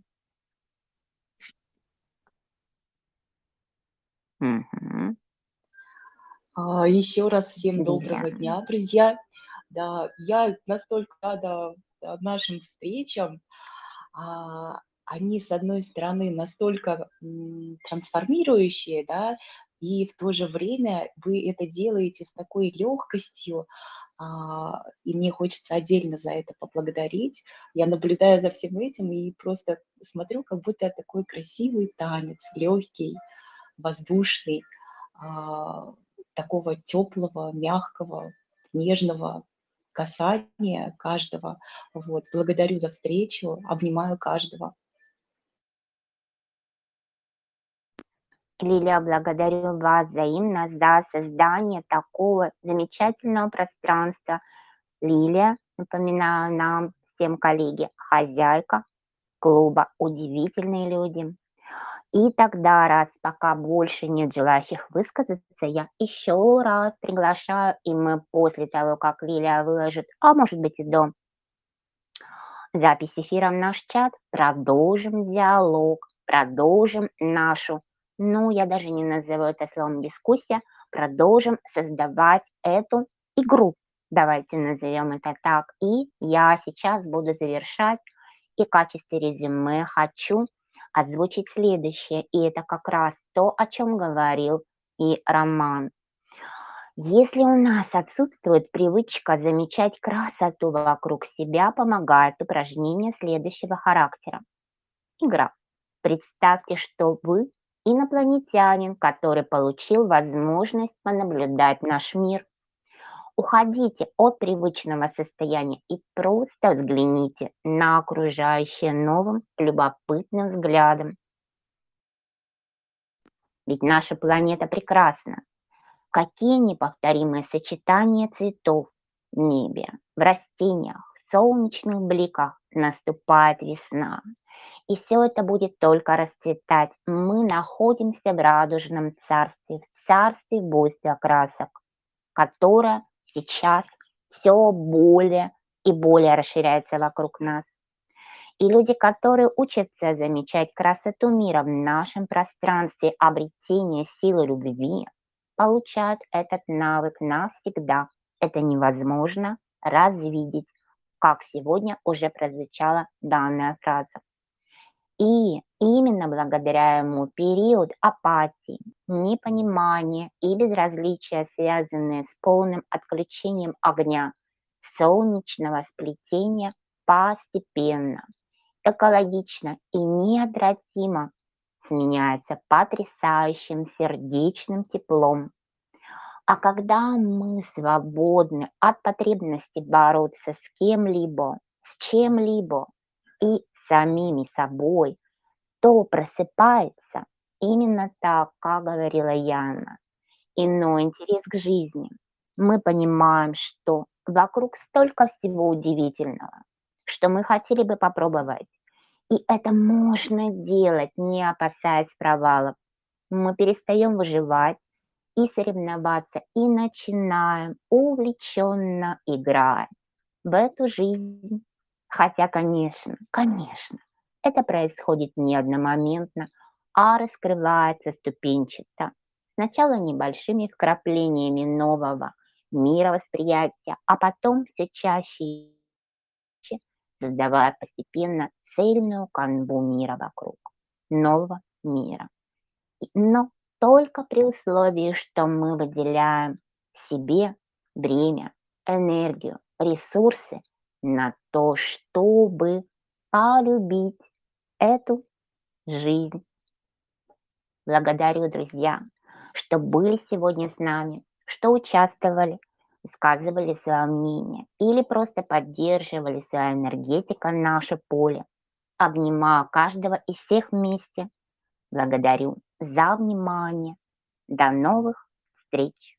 Мгм. Еще раз всем Лилия. доброго дня, друзья. Да, я настолько рада нашим встречам. Они, с одной стороны, настолько трансформирующие, да, и в то же время вы это делаете с такой легкостью, и мне хочется отдельно за это поблагодарить. Я наблюдаю за всем этим и просто смотрю, как будто такой красивый танец, легкий, воздушный, а, такого теплого, мягкого, нежного касания каждого. Вот. Благодарю за встречу, обнимаю каждого. Лилия, благодарю вас взаимно за создание такого замечательного пространства. Лилия, напоминаю нам всем, коллеги, хозяйка клуба «Удивительные люди». И тогда, раз пока больше нет желающих высказаться, я еще раз приглашаю, и мы после того, как Лилия выложит, а может быть и до запись эфира в наш чат, продолжим диалог, продолжим нашу, ну, я даже не назову это словом дискуссия, продолжим создавать эту игру. Давайте назовем это так. И я сейчас буду завершать, и в качестве резюме хочу озвучить следующее. И это как раз то, о чем говорил и Роман. Если у нас отсутствует привычка замечать красоту вокруг себя, помогает упражнение следующего характера. Игра. Представьте, что вы инопланетянин, который получил возможность понаблюдать наш мир. Уходите от привычного состояния и просто взгляните на окружающее новым, любопытным взглядом. Ведь наша планета прекрасна. Какие неповторимые сочетания цветов в небе, в растениях, в солнечных бликах. Наступает весна. И все это будет только расцветать. Мы находимся в радужном царстве, в царстве буйства красок, которое сейчас все более и более расширяется вокруг нас. И люди, которые учатся замечать красоту мира в нашем пространстве обретения силы любви, получают этот навык навсегда. Это невозможно развидеть, как сегодня уже прозвучала данная фраза. И именно благодаря ему период апатии, непонимания и безразличия, связанные с полным отключением огня солнечного сплетения, постепенно, экологично и неотвратимо сменяется потрясающим сердечным теплом. А когда мы свободны от потребности бороться с кем-либо, с чем-либо и самими собой, то просыпается именно так, как говорила Яна, иной интерес к жизни. Мы понимаем, что вокруг столько всего удивительного, что мы хотели бы попробовать. И это можно делать, не опасаясь провалов. Мы перестаем выживать и соревноваться, и начинаем увлеченно играть в эту жизнь. Хотя, конечно, это происходит не одномоментно, а раскрывается ступенчато. Сначала небольшими вкраплениями нового мировосприятия, а потом все чаще и чаще, создавая постепенно цельную канву мира вокруг, нового мира. Но только при условии, что мы выделяем себе время, энергию, ресурсы на то, чтобы полюбить эту жизнь. Благодарю, друзья, что были сегодня с нами, что участвовали, высказывали свое мнение или просто поддерживали своей энергетикой наше поле. Обнимаю каждого из всех вместе. Благодарю за внимание. До новых встреч!